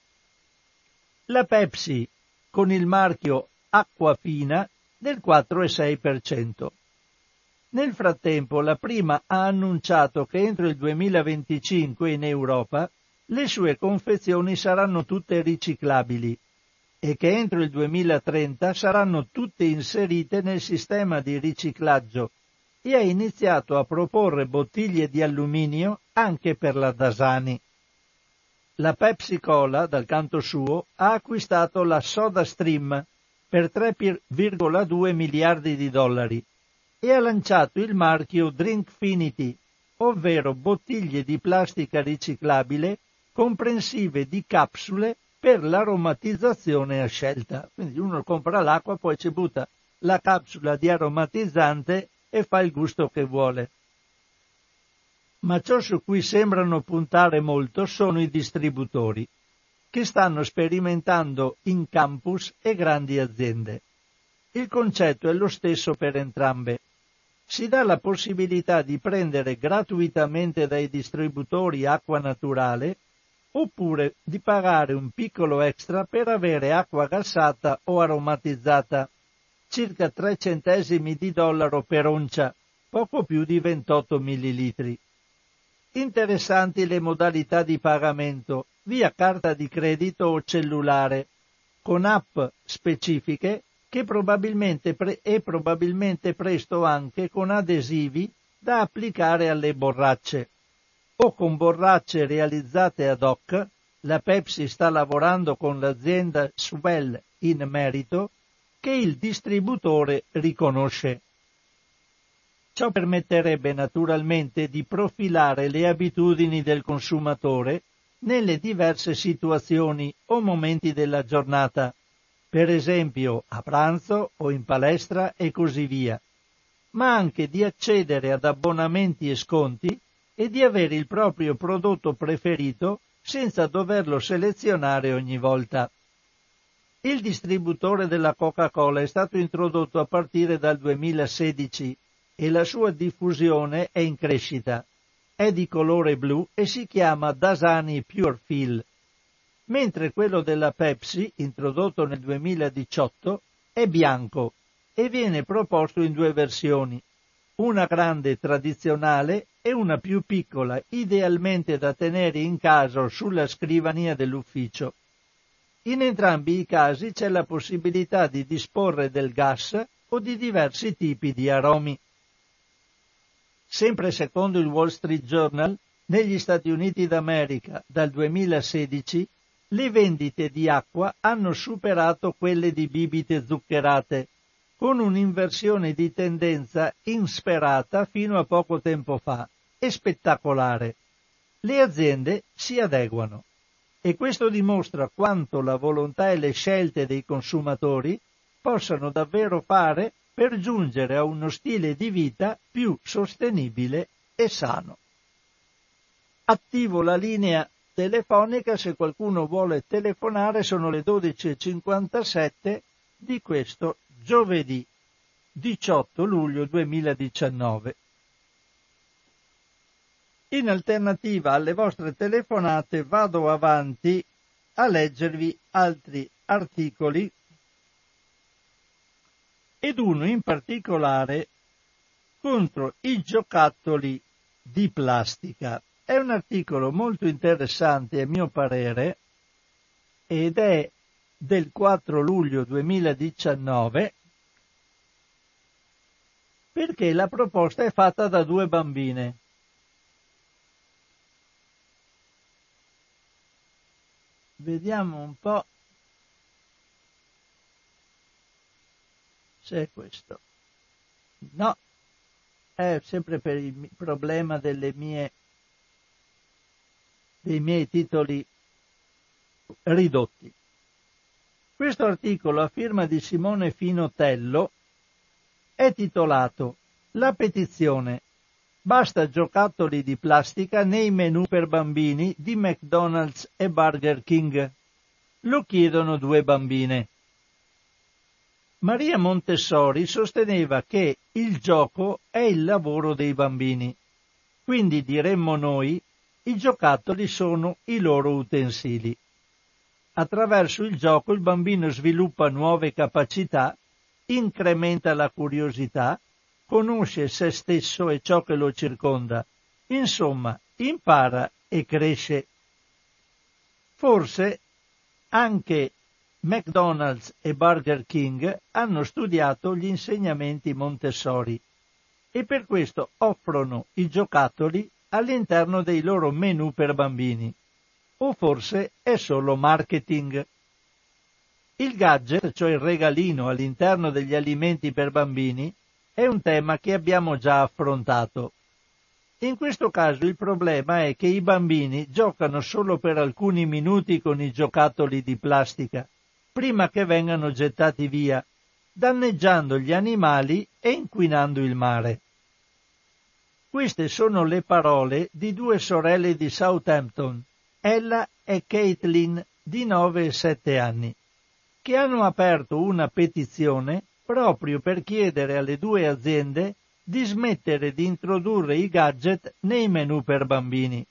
La Pepsi con il marchio Acquafina del 4,6%. Nel frattempo la prima ha annunciato che entro il 2025 in Europa le sue confezioni saranno tutte riciclabili e che entro il 2030 saranno tutte inserite nel sistema di riciclaggio e ha iniziato a proporre bottiglie di alluminio anche per la Dasani. La Pepsi Cola, dal canto suo, ha acquistato la SodaStream per 3,2 miliardi di dollari e ha lanciato il marchio Drinkfinity, ovvero bottiglie di plastica riciclabile comprensive di capsule per l'aromatizzazione a scelta. Quindi uno compra l'acqua, poi ci butta la capsula di aromatizzante e fa il gusto che vuole. Ma ciò su cui sembrano puntare molto sono i distributori, che stanno sperimentando in campus e grandi aziende. Il concetto è lo stesso per entrambe. Si dà la possibilità di prendere gratuitamente dai distributori acqua naturale oppure di pagare un piccolo extra per avere acqua gassata o aromatizzata, circa 3 centesimi di dollaro per oncia, poco più di 28 millilitri. Interessanti le modalità di pagamento, via carta di credito o cellulare, con app specifiche che probabilmente presto anche con adesivi da applicare alle borracce, o con borracce realizzate ad hoc. La Pepsi sta lavorando con l'azienda Swell in merito, che il distributore riconosce. Ciò permetterebbe naturalmente di profilare le abitudini del consumatore nelle diverse situazioni o momenti della giornata, per esempio a pranzo o in palestra e così via, ma anche di accedere ad abbonamenti e sconti e di avere il proprio prodotto preferito senza doverlo selezionare ogni volta. Il distributore della Coca-Cola è stato introdotto a partire dal 2016 e la sua diffusione è in crescita. È di colore blu e si chiama Dasani Pure Fill, mentre quello della Pepsi, introdotto nel 2018, è bianco e viene proposto in due versioni, una grande tradizionale e una più piccola, idealmente da tenere in casa o sulla scrivania dell'ufficio. In entrambi i casi c'è la possibilità di disporre del gas o di diversi tipi di aromi. Sempre secondo il Wall Street Journal, negli Stati Uniti d'America dal 2016 le vendite di acqua hanno superato quelle di bibite zuccherate, con un'inversione di tendenza insperata fino a poco tempo fa e spettacolare. le aziende si adeguano e questo dimostra quanto la volontà e le scelte dei consumatori possano davvero fare per giungere a uno stile di vita più sostenibile e sano. Attivo la linea telefonica, se qualcuno vuole telefonare, sono le 12:57 di questo giovedì 18 luglio 2019. In alternativa alle vostre telefonate vado avanti a leggervi altri articoli ed uno in particolare contro i giocattoli di plastica. È un articolo molto interessante a mio parere ed è del 4 luglio 2019 perché la proposta è fatta da due bambine. Vediamo un po' se è questo. No, è sempre per il problema dei miei titoli ridotti. Questo articolo a firma di Simone Finotello è titolato La petizione. Basta giocattoli di plastica nei menù per bambini di McDonald's e Burger King. Lo chiedono due bambine. Maria Montessori sosteneva che il gioco è il lavoro dei bambini. Quindi diremmo noi, i giocattoli sono i loro utensili. Attraverso il gioco il bambino sviluppa nuove capacità, incrementa la curiosità, conosce se stesso e ciò che lo circonda. Insomma, impara e cresce. Forse anche McDonald's e Burger King hanno studiato gli insegnamenti Montessori e per questo offrono i giocattoli all'interno dei loro menù per bambini. O forse è solo marketing. Il gadget, cioè il regalino all'interno degli alimenti per bambini, è un tema che abbiamo già affrontato. In questo caso il problema è che i bambini giocano solo per alcuni minuti con i giocattoli di plastica, prima che vengano gettati via, danneggiando gli animali e inquinando il mare. Queste sono le parole di due sorelle di Southampton, Ella e Caitlin, di 9 e 7 anni, che hanno aperto una petizione proprio per chiedere alle due aziende di smettere di introdurre i gadget nei menù per bambini.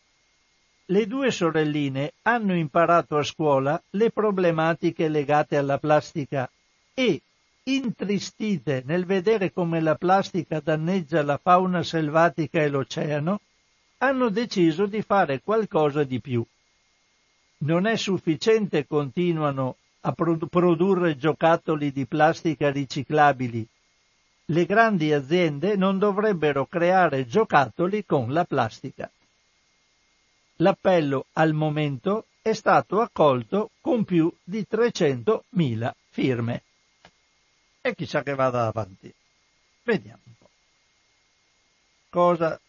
Le due sorelline hanno imparato a scuola le problematiche legate alla plastica e, intristite nel vedere come la plastica danneggia la fauna selvatica e l'oceano, hanno deciso di fare qualcosa di più. Non è sufficiente, continuano, a produrre giocattoli di plastica riciclabili. Le grandi aziende non dovrebbero creare giocattoli con la plastica. L'appello al momento è stato accolto con più di 300.000 firme. E chissà che vada avanti. Vediamo un po' cosa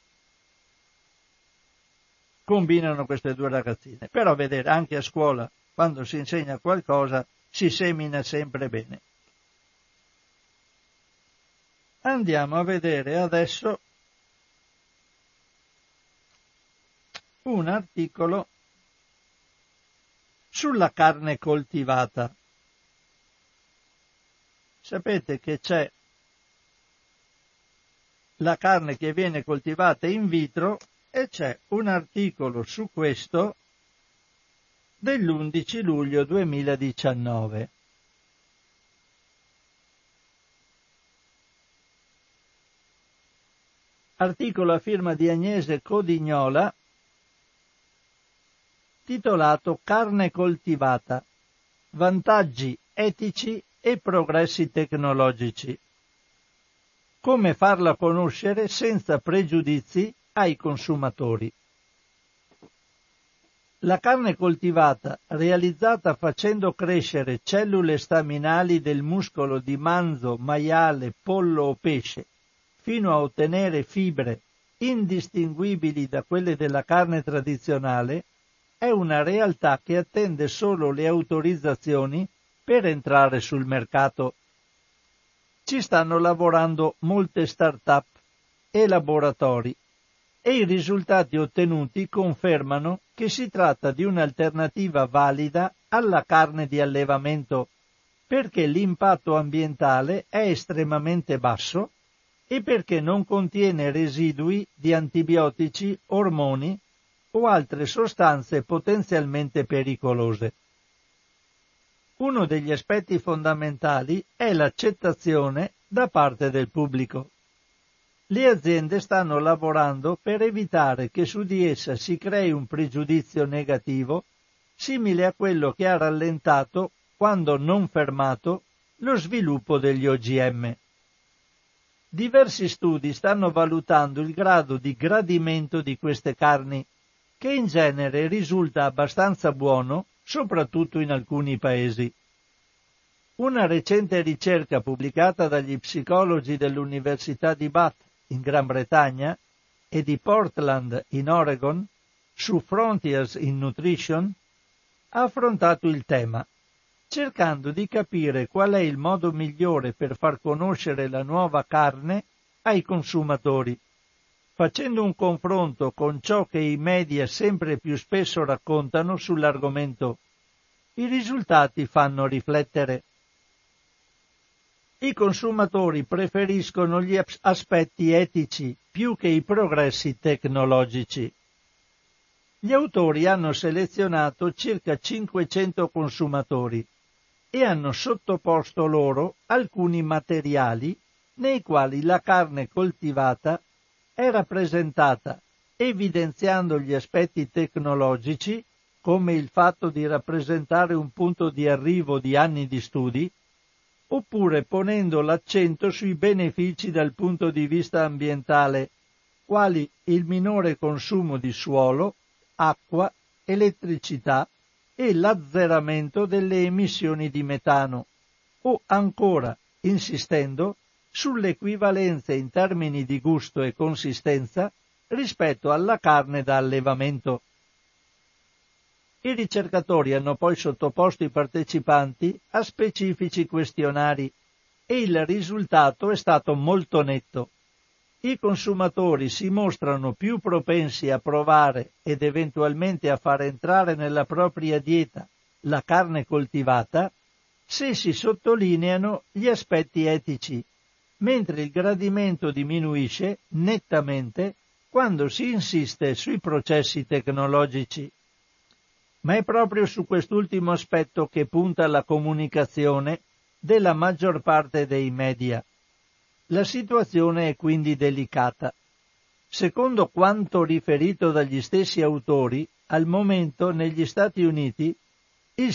combinano queste due ragazzine. Però vedere, anche a scuola, quando si insegna qualcosa, si semina sempre bene. Andiamo a vedere adesso un articolo sulla carne coltivata. Sapete che c'è la carne che viene coltivata in vitro e c'è un articolo su questo dell'11 luglio 2019. Articolo a firma di Agnese Codignola, titolato Carne coltivata, vantaggi etici e progressi tecnologici. Come farla conoscere senza pregiudizi ai consumatori. La carne coltivata, realizzata facendo crescere cellule staminali del muscolo di manzo, maiale, pollo o pesce, fino a ottenere fibre indistinguibili da quelle della carne tradizionale, è una realtà che attende solo le autorizzazioni per entrare sul mercato. Ci stanno lavorando molte start-up e laboratori e i risultati ottenuti confermano che si tratta di un'alternativa valida alla carne di allevamento, perché l'impatto ambientale è estremamente basso e perché non contiene residui di antibiotici, ormoni o altre sostanze potenzialmente pericolose. Uno degli aspetti fondamentali è l'accettazione da parte del pubblico. Le aziende stanno lavorando per evitare che su di essa si crei un pregiudizio negativo, simile a quello che ha rallentato, quando non fermato, lo sviluppo degli OGM. Diversi studi stanno valutando il grado di gradimento di queste carni, che in genere risulta abbastanza buono, soprattutto in alcuni paesi. Una recente ricerca pubblicata dagli psicologi dell'Università di Bath in Gran Bretagna e di Portland in Oregon su Frontiers in Nutrition ha affrontato il tema, cercando di capire qual è il modo migliore per far conoscere la nuova carne ai consumatori, facendo un confronto con ciò che i media sempre più spesso raccontano sull'argomento. I risultati fanno riflettere. I consumatori preferiscono gli aspetti etici più che i progressi tecnologici. Gli autori hanno selezionato circa 500 consumatori e hanno sottoposto loro alcuni materiali nei quali la carne coltivata è rappresentata evidenziando gli aspetti tecnologici, come il fatto di rappresentare un punto di arrivo di anni di studi, oppure ponendo l'accento sui benefici dal punto di vista ambientale, quali il minore consumo di suolo, acqua, elettricità e l'azzeramento delle emissioni di metano, o ancora, insistendo, sulle equivalenze in termini di gusto e consistenza rispetto alla carne da allevamento. I ricercatori hanno poi sottoposto i partecipanti a specifici questionari e il risultato è stato molto netto. I consumatori si mostrano più propensi a provare ed eventualmente a far entrare nella propria dieta la carne coltivata se si sottolineano gli aspetti etici, mentre il gradimento diminuisce nettamente quando si insiste sui processi tecnologici. Ma è proprio su quest'ultimo aspetto che punta la comunicazione della maggior parte dei media. La situazione è quindi delicata. Secondo quanto riferito dagli stessi autori, al momento negli Stati Uniti il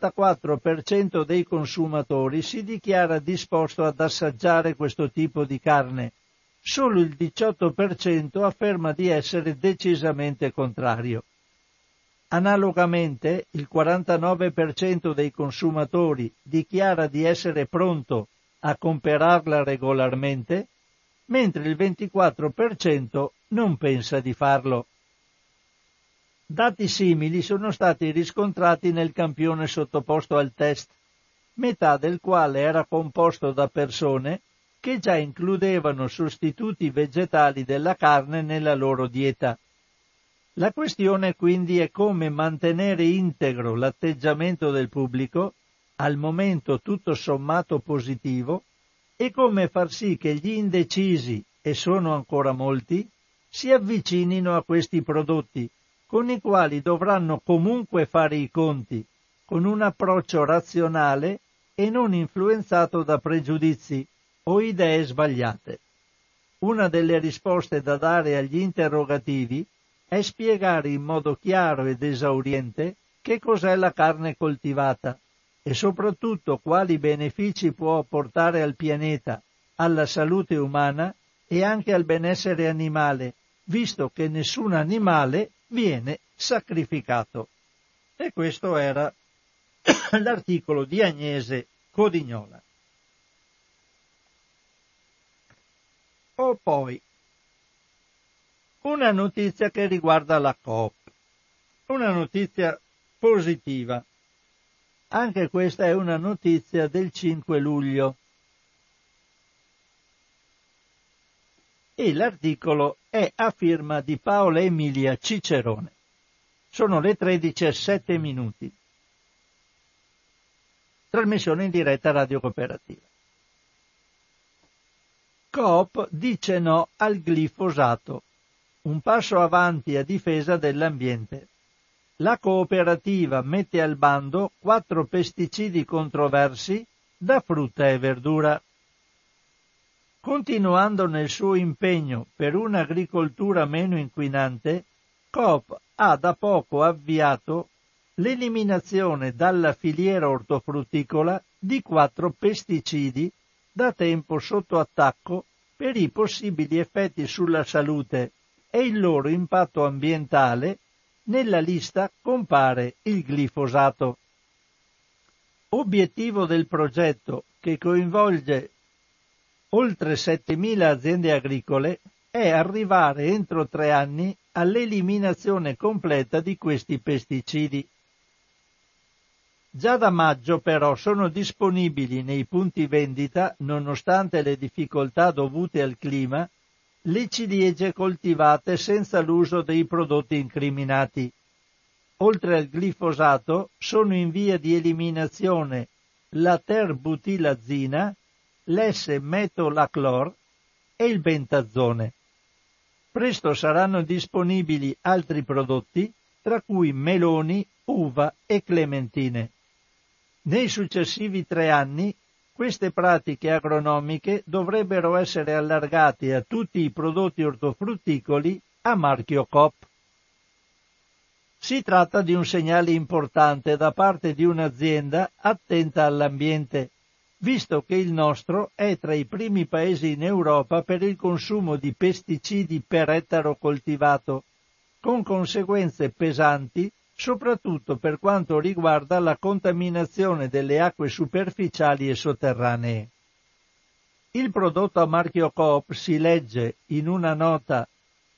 64% dei consumatori si dichiara disposto ad assaggiare questo tipo di carne. Solo il 18% afferma di essere decisamente contrario. Analogamente, il 49% dei consumatori dichiara di essere pronto a comprarla regolarmente, mentre il 24% non pensa di farlo. Dati simili sono stati riscontrati nel campione sottoposto al test, metà del quale era composto da persone che già includevano sostituti vegetali della carne nella loro dieta. La questione quindi è come mantenere integro l'atteggiamento del pubblico, al momento tutto sommato positivo, e come far sì che gli indecisi, e sono ancora molti, si avvicinino a questi prodotti, con i quali dovranno comunque fare i conti, con un approccio razionale e non influenzato da pregiudizi o idee sbagliate. Una delle risposte da dare agli interrogativi è spiegare in modo chiaro ed esauriente che cos'è la carne coltivata e soprattutto quali benefici può portare al pianeta, alla salute umana e anche al benessere animale, visto che nessun animale viene sacrificato. E questo era l'articolo di Agnese Codignola. O poi Una notizia che riguarda la Coop, una notizia positiva. Anche questa è una notizia del 5 luglio. E l'articolo è a firma di Paola Emilia Cicerone. Sono le 13:07. Trasmissione in diretta Radio Cooperativa. Coop dice no al glifosato. Un passo avanti a difesa dell'ambiente. La cooperativa mette al bando 4 pesticidi controversi da frutta e verdura. Continuando nel suo impegno per un'agricoltura meno inquinante, Coop ha da poco avviato l'eliminazione dalla filiera ortofrutticola di 4 pesticidi da tempo sotto attacco per i possibili effetti sulla salute e il loro impatto ambientale. Nella lista compare il glifosato. Obiettivo del progetto, che coinvolge oltre 7.000 aziende agricole, è arrivare entro 3 anni all'eliminazione completa di questi pesticidi. Già da maggio però sono disponibili nei punti vendita, nonostante le difficoltà dovute al clima, le ciliegie coltivate senza l'uso dei prodotti incriminati. Oltre al glifosato sono in via di eliminazione la terbutilazina, l'S-metolaclor e il bentazone. Presto saranno disponibili altri prodotti, tra cui meloni, uva e clementine. Nei successivi 3 anni queste pratiche agronomiche dovrebbero essere allargate a tutti i prodotti ortofrutticoli a marchio Coop. Si tratta di un segnale importante da parte di un'azienda attenta all'ambiente, visto che il nostro è tra i primi paesi in Europa per il consumo di pesticidi per ettaro coltivato, con conseguenze pesanti soprattutto per quanto riguarda la contaminazione delle acque superficiali e sotterranee. Il prodotto a marchio Coop, si legge in una nota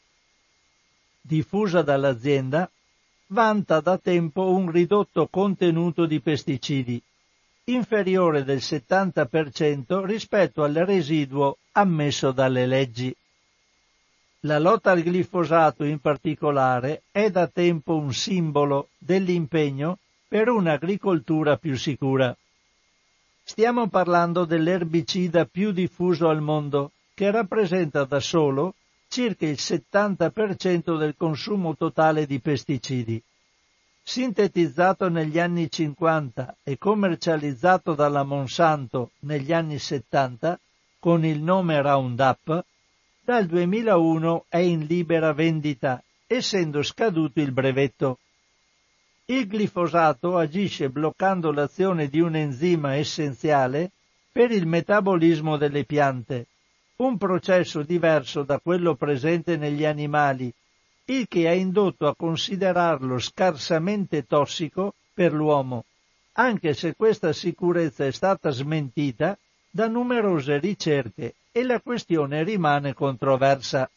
diffusa dall'azienda, vanta da tempo un ridotto contenuto di pesticidi, inferiore del 70% rispetto al residuo ammesso dalle leggi. La lotta al glifosato in particolare è da tempo un simbolo dell'impegno per un'agricoltura più sicura. Stiamo parlando dell'erbicida più diffuso al mondo, che rappresenta da solo circa il 70% del consumo totale di pesticidi. Sintetizzato negli anni 50 e commercializzato dalla Monsanto negli anni 70 con il nome Roundup, dal 2001 è in libera vendita, essendo scaduto il brevetto. Il glifosato agisce bloccando l'azione di un enzima essenziale per il metabolismo delle piante, un processo diverso da quello presente negli animali, il che ha indotto a considerarlo scarsamente tossico per l'uomo, anche se questa sicurezza è stata smentita da numerose ricerche e la questione rimane controversa.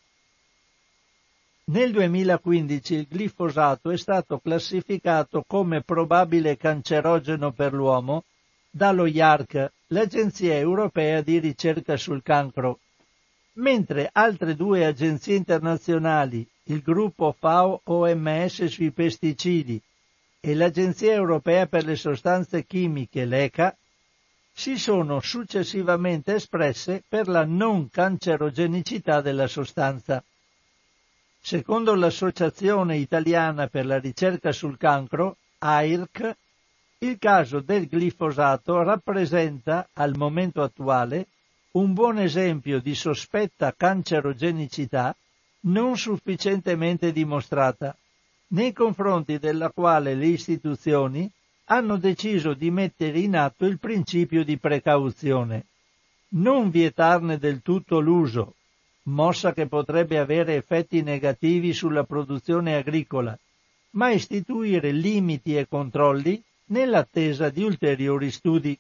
Nel 2015 il glifosato è stato classificato come probabile cancerogeno per l'uomo dallo IARC, l'Agenzia Europea di Ricerca sul Cancro, mentre altre 2 agenzie internazionali, il gruppo FAO-OMS sui pesticidi e l'Agenzia Europea per le Sostanze Chimiche, l'ECA, si sono successivamente espresse per la non cancerogenicità della sostanza. Secondo l'Associazione Italiana per la Ricerca sul Cancro, AIRC, il caso del glifosato rappresenta, al momento attuale, un buon esempio di sospetta cancerogenicità non sufficientemente dimostrata, nei confronti della quale le istituzioni hanno deciso di mettere in atto il principio di precauzione, non vietarne del tutto l'uso, mossa che potrebbe avere effetti negativi sulla produzione agricola, ma istituire limiti e controlli nell'attesa di ulteriori studi.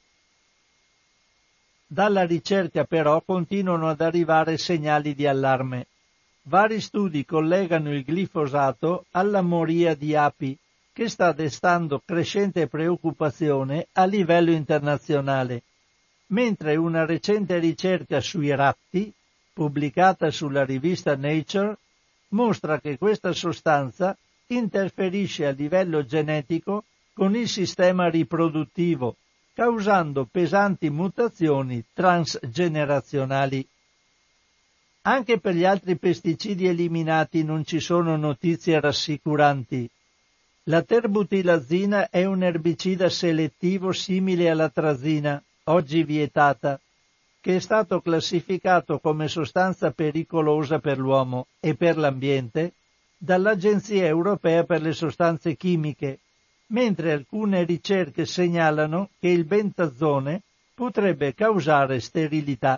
Dalla ricerca però continuano ad arrivare segnali di allarme. vari studi collegano il glifosato alla moria di api, che sta destando crescente preoccupazione a livello internazionale, mentre una recente ricerca sui ratti, pubblicata sulla rivista Nature, mostra che questa sostanza interferisce a livello genetico con il sistema riproduttivo, causando pesanti mutazioni transgenerazionali. Anche per gli altri pesticidi eliminati non ci sono notizie rassicuranti. La terbutilazina è un erbicida selettivo simile all'atrazina, oggi vietata, che è stato classificato come sostanza pericolosa per l'uomo e per l'ambiente dall'Agenzia Europea per le Sostanze Chimiche, mentre alcune ricerche segnalano che il bentazone potrebbe causare sterilità.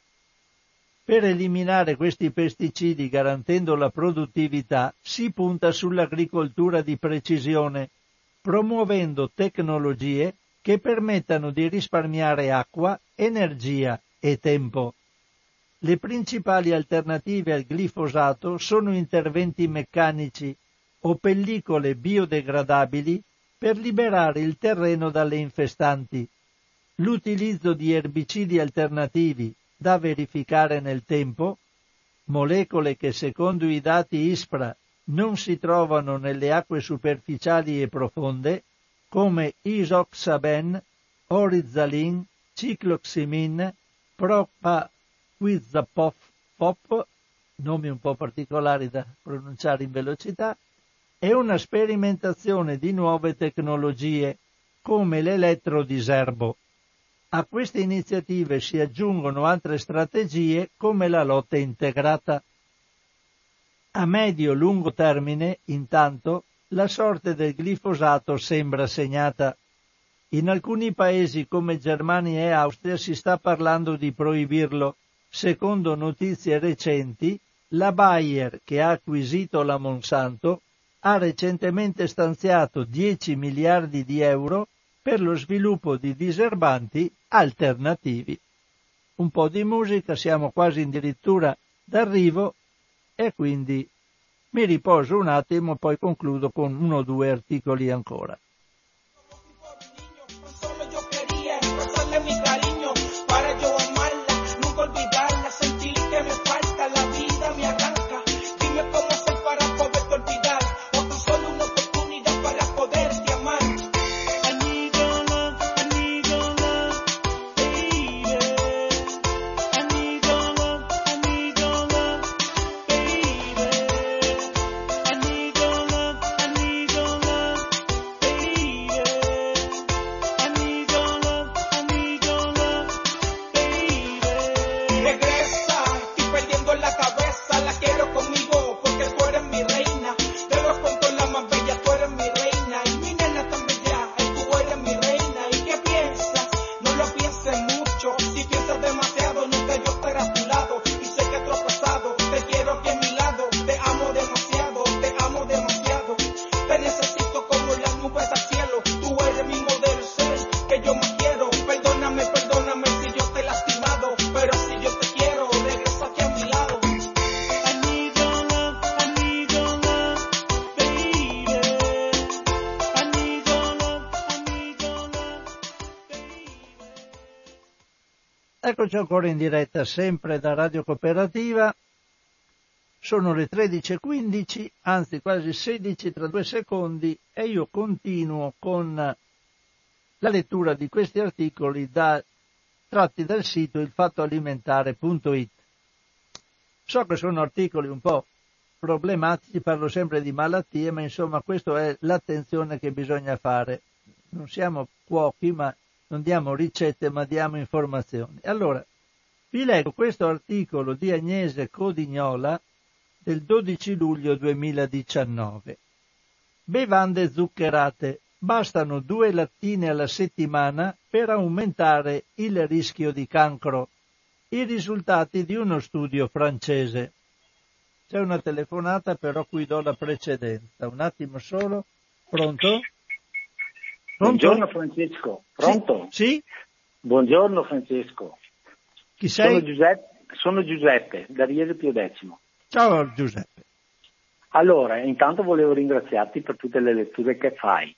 Per eliminare questi pesticidi garantendo la produttività si punta sull'agricoltura di precisione, promuovendo tecnologie che permettano di risparmiare acqua, energia e tempo. Le principali alternative al glifosato sono interventi meccanici o pellicole biodegradabili per liberare il terreno dalle infestanti, l'utilizzo di erbicidi alternativi da verificare nel tempo, molecole che secondo i dati ISPRA non si trovano nelle acque superficiali e profonde, come isoxaben, orizalin, cicloximin, propaquizapop, nomi un po' particolari da pronunciare in velocità, e una sperimentazione di nuove tecnologie, come l'elettrodiserbo. A queste iniziative si aggiungono altre strategie come la lotta integrata. A medio-lungo termine, intanto, la sorte del glifosato sembra segnata. In alcuni paesi come Germania e Austria si sta parlando di proibirlo. Secondo notizie recenti, la Bayer, che ha acquisito la Monsanto, ha recentemente stanziato 10 miliardi di euro per lo sviluppo di diserbanti alternativi. Un po' di musica, siamo quasi addirittura d'arrivo e quindi mi riposo un attimo, poi concludo con 1 o 2 articoli ancora. Eccoci ancora in diretta, sempre da Radio Cooperativa. Sono le 13:15, anzi quasi 16 tra 2 secondi, e io continuo con la lettura di questi articoli tratti dal sito ilfattoalimentare.it. So che sono articoli un po' problematici, parlo sempre di malattie, ma insomma questa è l'attenzione che bisogna fare. Non siamo cuochi, ma non diamo ricette, ma diamo informazioni. Allora, vi leggo questo articolo di Agnese Codignola del 12 luglio 2019. Bevande zuccherate. Bastano 2 lattine alla settimana per aumentare il rischio di cancro. I risultati di uno studio francese. C'è una telefonata, però qui do la precedenza. Un attimo solo. Pronto? Buongiorno Francesco, pronto? Sì? Buongiorno Francesco. Chi sei? Sono Giuseppe, da Riese Pio X. Ciao Giuseppe. Allora, intanto volevo ringraziarti per tutte le letture che fai.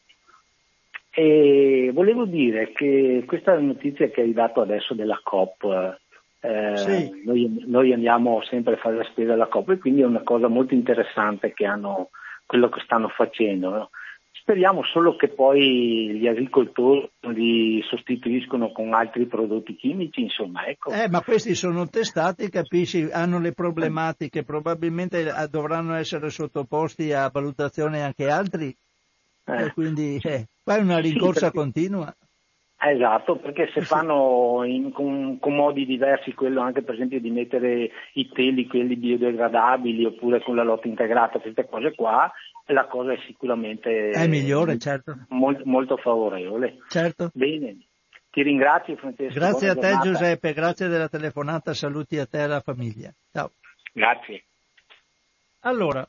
E volevo dire che questa notizia che hai dato adesso della COP, Sì. noi andiamo sempre a fare la spesa alla COP e quindi è una cosa molto interessante che hanno quello che stanno facendo, no? Speriamo solo che poi gli agricoltori li sostituiscono con altri prodotti chimici, insomma, ecco. Ma questi sono testati, capisci, hanno le problematiche, probabilmente dovranno essere sottoposti a valutazione anche altri, e quindi qua è una rincorsa continua. Esatto, perché se fanno con modi diversi, quello anche per esempio di mettere i teli, quelli biodegradabili, oppure con la lotta integrata, queste cose qua, la cosa è sicuramente È migliore, certo. Molto favorevole. Certo. Bene, ti ringrazio Francesco. Grazie a te giornata. Giuseppe, grazie della telefonata, saluti a te e alla famiglia. Ciao. Grazie. Allora,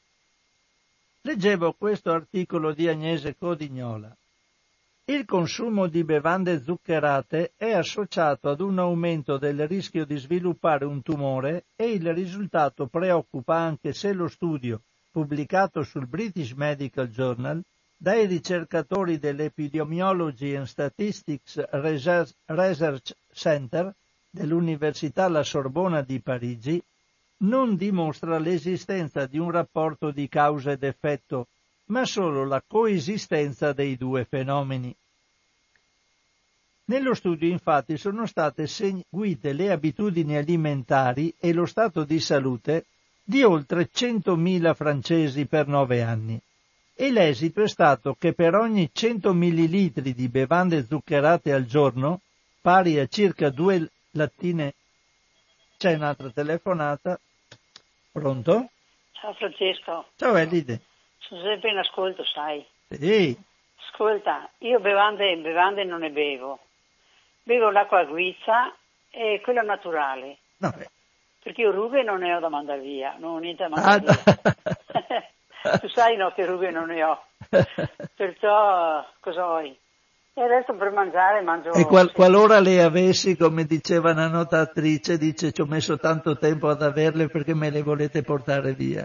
leggevo questo articolo di Agnese Codignola. Il consumo di bevande zuccherate è associato ad un aumento del rischio di sviluppare un tumore e il risultato preoccupa anche se lo studio, pubblicato sul British Medical Journal dai ricercatori dell'Epidemiology and Statistics Research Center dell'Università La Sorbona di Parigi, non dimostra l'esistenza di un rapporto di causa ed effetto, ma solo la coesistenza dei due fenomeni. Nello studio infatti sono state seguite le abitudini alimentari e lo stato di salute di oltre 100.000 francesi per 9 anni e l'esito è stato che per ogni 100 millilitri di bevande zuccherate al giorno, pari a circa 2 lattine... C'è un'altra telefonata. Pronto? Ciao Francesco. Ciao Elide. Sono sempre in ascolto, sai. Sì. Ascolta, io bevande non ne bevo. Bevo l'acqua a guizza e quella naturale. No, perché io rughe non ne ho da mandare via, non ho niente da mandare via. Tu sai no che rughe non ne ho. Perciò cosa vuoi? E adesso per mangiare mangio... E qualora le avessi, come diceva una nota attrice, dice ci ho messo tanto tempo ad averle perché me le volete portare via.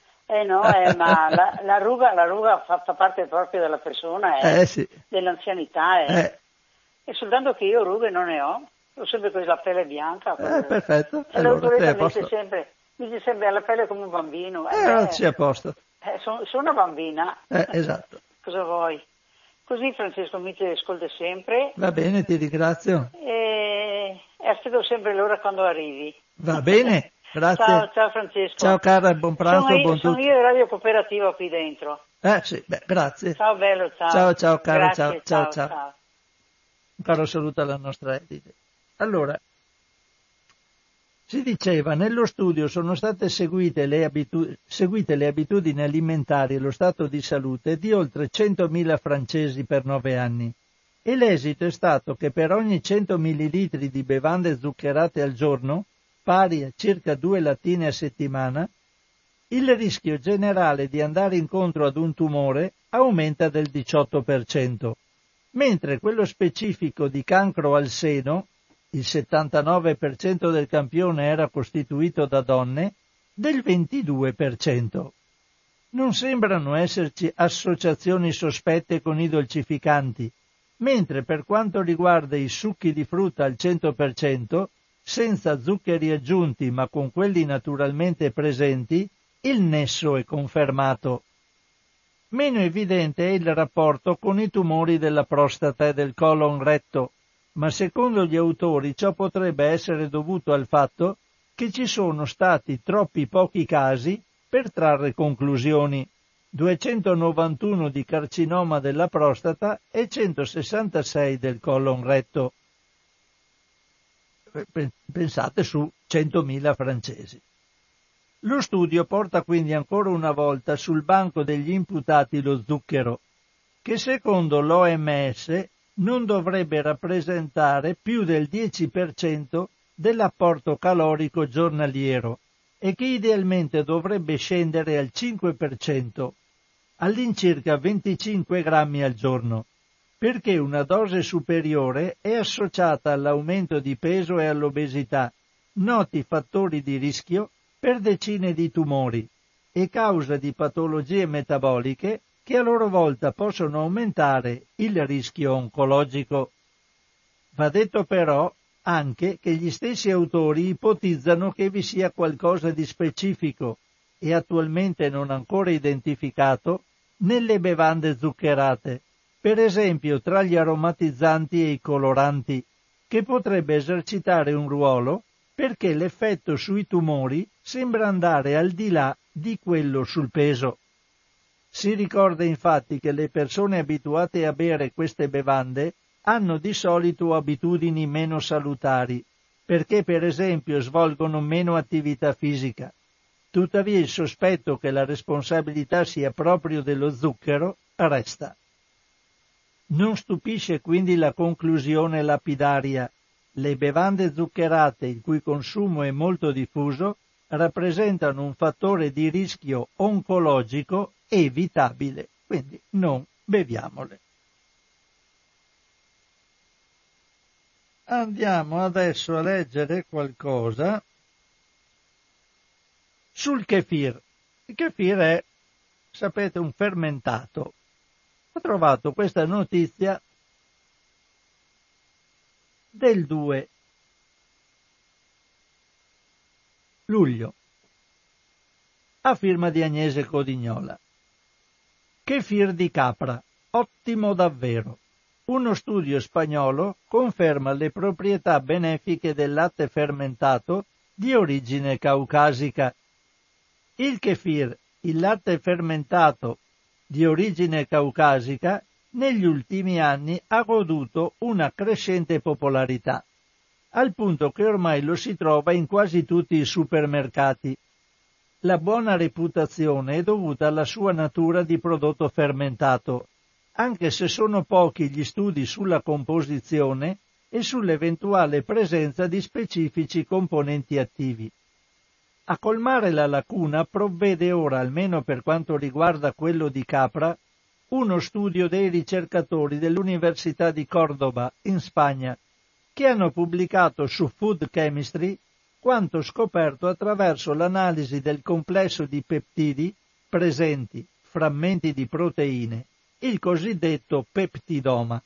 Ma la ruga fa parte proprio della persona, sì. dell'anzianità. E soltanto che io rughe non ne ho sempre con la pelle bianca. Perfetto. E allora, la dice sempre alla pelle come un bambino. Sì, a posto. Sono una bambina. Esatto. Cosa vuoi? Così Francesco mi ti ascolta sempre. Va bene, ti ringrazio. E aspetto sempre l'ora quando arrivi. Va bene, grazie. Ciao Francesco. Ciao cara, buon pranzo, buon tutto. Sono io in Radio Cooperativa qui dentro. Sì, grazie. Ciao bello, ciao. Ciao caro, grazie, ciao. Un caro saluto alla nostra Edith. Allora, si diceva, nello studio sono state seguite le abitudini alimentari e lo stato di salute di oltre 100.000 francesi per 9 anni e l'esito è stato che per ogni 100 millilitri di bevande zuccherate al giorno, pari a circa 2 lattine a settimana, il rischio generale di andare incontro ad un tumore aumenta del 18%, mentre quello specifico di cancro al seno, il 79% del campione era costituito da donne, del 22%. Non sembrano esserci associazioni sospette con i dolcificanti, mentre per quanto riguarda i succhi di frutta al 100%, senza zuccheri aggiunti ma con quelli naturalmente presenti, il nesso è confermato. Meno evidente è il rapporto con i tumori della prostata e del colon retto, ma secondo gli autori ciò potrebbe essere dovuto al fatto che ci sono stati troppi pochi casi per trarre conclusioni, 291 di carcinoma della prostata e 166 del colon retto. Pensate su 100.000 francesi. Lo studio porta quindi ancora una volta sul banco degli imputati lo zucchero, che secondo l'OMS non dovrebbe rappresentare più del 10% dell'apporto calorico giornaliero e che idealmente dovrebbe scendere al 5%, all'incirca 25 grammi al giorno, perché una dose superiore è associata all'aumento di peso e all'obesità, noti fattori di rischio per decine di tumori e causa di patologie metaboliche che a loro volta possono aumentare il rischio oncologico. Va detto però anche che gli stessi autori ipotizzano che vi sia qualcosa di specifico e attualmente non ancora identificato nelle bevande zuccherate, per esempio tra gli aromatizzanti e i coloranti, che potrebbe esercitare un ruolo perché l'effetto sui tumori sembra andare al di là di quello sul peso. Si ricorda infatti che le persone abituate a bere queste bevande hanno di solito abitudini meno salutari, perché per esempio svolgono meno attività fisica. Tuttavia il sospetto che la responsabilità sia proprio dello zucchero resta. Non stupisce quindi la conclusione lapidaria: le bevande zuccherate, il cui consumo è molto diffuso, rappresentano un fattore di rischio oncologico evitabile, quindi non beviamole. Andiamo adesso a leggere qualcosa sul kefir. Il kefir è, sapete, un fermentato. Ho trovato questa notizia del 2 luglio a firma di Agnese Codignola. Kefir di capra, ottimo davvero. Uno studio spagnolo conferma le proprietà benefiche del latte fermentato di origine caucasica. Il kefir, il latte fermentato di origine caucasica, negli ultimi anni ha goduto una crescente popolarità, al punto che ormai lo si trova in quasi tutti i supermercati. La buona reputazione è dovuta alla sua natura di prodotto fermentato, anche se sono pochi gli studi sulla composizione e sull'eventuale presenza di specifici componenti attivi. A colmare la lacuna provvede ora, almeno per quanto riguarda quello di capra, uno studio dei ricercatori dell'Università di Córdoba, in Spagna, che hanno pubblicato su Food Chemistry quanto scoperto attraverso l'analisi del complesso di peptidi presenti, frammenti di proteine, il cosiddetto peptidoma.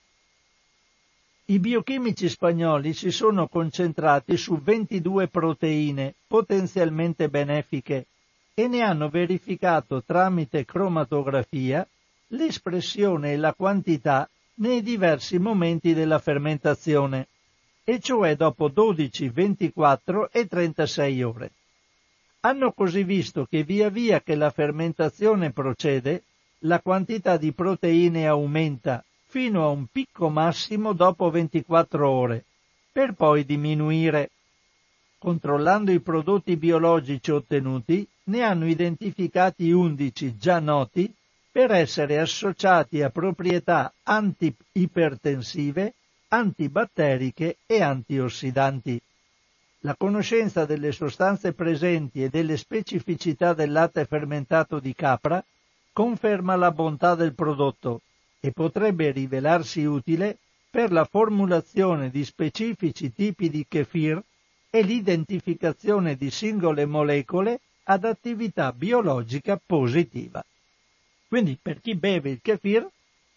I biochimici spagnoli si sono concentrati su 22 proteine potenzialmente benefiche e ne hanno verificato tramite cromatografia l'espressione e la quantità nei diversi momenti della fermentazione, e cioè dopo 12, 24 e 36 ore. Hanno così visto che via via che la fermentazione procede, la quantità di proteine aumenta fino a un picco massimo dopo 24 ore, per poi diminuire. Controllando i prodotti biologici ottenuti, ne hanno identificati 11 già noti per essere associati a proprietà anti-ipertensive, antibatteriche e antiossidanti. La conoscenza delle sostanze presenti e delle specificità del latte fermentato di capra conferma la bontà del prodotto e potrebbe rivelarsi utile per la formulazione di specifici tipi di kefir e l'identificazione di singole molecole ad attività biologica positiva. Quindi per chi beve il kefir,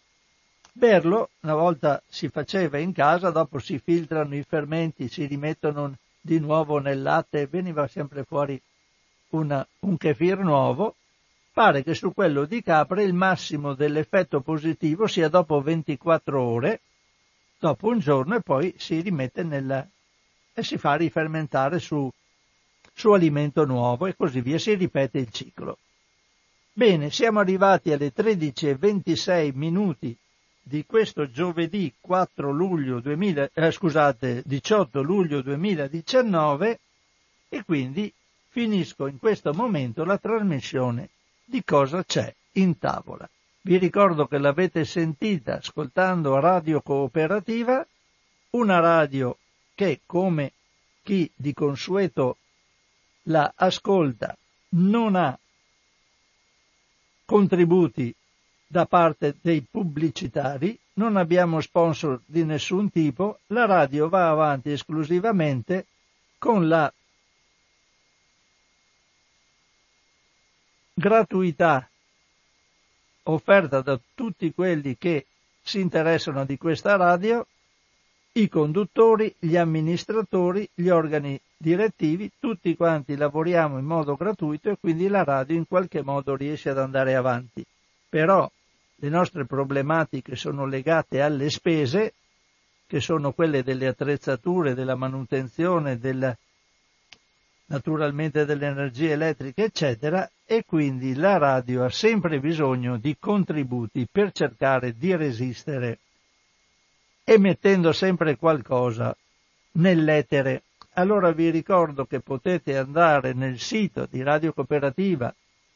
berlo, una volta si faceva in casa, dopo si filtrano i fermenti, si rimettono di nuovo nel latte e veniva sempre fuori un kefir nuovo. Pare che su quello di capra il massimo dell'effetto positivo sia dopo 24 ore, dopo un giorno, e poi si rimette e si fa rifermentare su alimento nuovo e così via, si ripete il ciclo. Bene, siamo arrivati alle 13:26 di questo giovedì 18 luglio 2019 e quindi finisco in questo momento la trasmissione di Cosa c'è in tavola. Vi ricordo che l'avete sentita ascoltando Radio Cooperativa, una radio che, come chi di consueto la ascolta, non ha contributi da parte dei pubblicitari, non abbiamo sponsor di nessun tipo, la radio va avanti esclusivamente con la gratuità offerta da tutti quelli che si interessano di questa radio, i conduttori, gli amministratori, gli organi direttivi, tutti quanti lavoriamo in modo gratuito e quindi la radio in qualche modo riesce ad andare avanti. Però le nostre problematiche sono legate alle spese, che sono quelle delle attrezzature, della manutenzione, naturalmente dell'energia elettrica, eccetera, e quindi la radio ha sempre bisogno di contributi per cercare di resistere, emettendo sempre qualcosa nell'etere. Allora vi ricordo che potete andare nel sito di Radio Cooperativa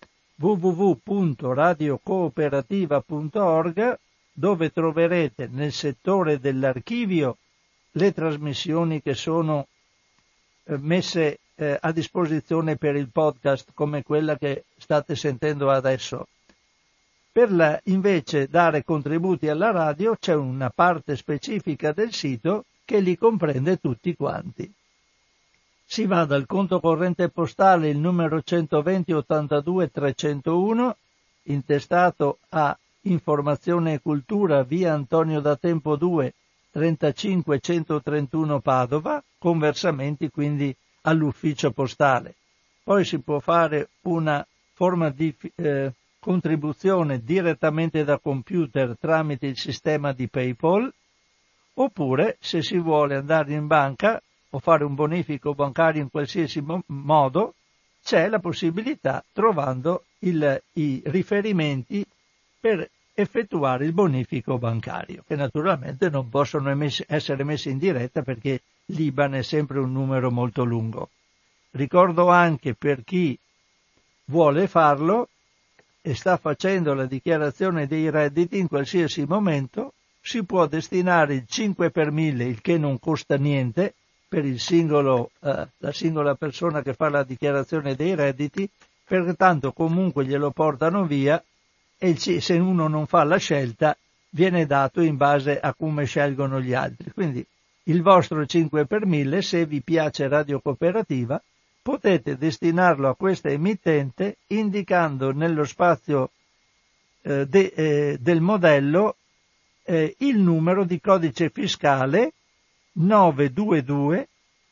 www.radiocooperativa.org, dove troverete nel settore dell'archivio le trasmissioni che sono messe a disposizione per il podcast, come quella che state sentendo adesso. Per invece dare contributi alla radio c'è una parte specifica del sito che li comprende tutti quanti. Si va dal conto corrente postale il numero 120 82 301, intestato a Informazione e Cultura, via Antonio da Tempo 2 35 131 Padova, conversamenti quindi all'ufficio postale. Poi si può fare una forma di contribuzione direttamente da computer tramite il sistema di PayPal, oppure se si vuole andare in banca o fare un bonifico bancario in qualsiasi modo, c'è la possibilità trovando i riferimenti per effettuare il bonifico bancario, che naturalmente non possono essere messi in diretta perché l'IBAN è sempre un numero molto lungo. Ricordo anche, per chi vuole farlo e sta facendo la dichiarazione dei redditi, in qualsiasi momento si può destinare il 5 per 1000, il che non costa niente per il la singola persona che fa la dichiarazione dei redditi, pertanto comunque glielo portano via, e se uno non fa la scelta viene dato in base a come scelgono gli altri. Quindi il vostro 5 per 1000, se vi piace Radio Cooperativa, potete destinarlo a questa emittente indicando nello spazio del modello il numero di codice fiscale 922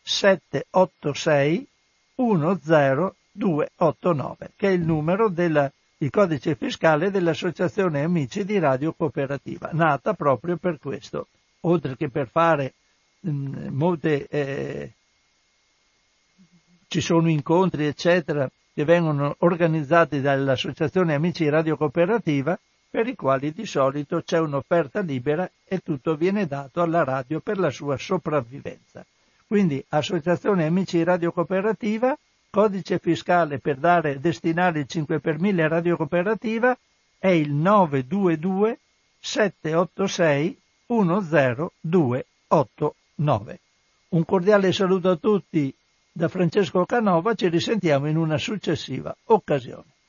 786 10289, che è il numero il codice fiscale dell'Associazione Amici di Radio Cooperativa, nata proprio per questo, oltre che per fare ci sono incontri eccetera che vengono organizzati dall'Associazione Amici di Radio Cooperativa, per i quali di solito c'è un'offerta libera e tutto viene dato alla radio per la sua sopravvivenza. Quindi Associazione Amici di Radio Cooperativa, codice fiscale per destinare il 5 per 1000 a Radio Cooperativa è il 922 786 10289. Un cordiale saluto a tutti da Francesco Canova, ci risentiamo in una successiva occasione.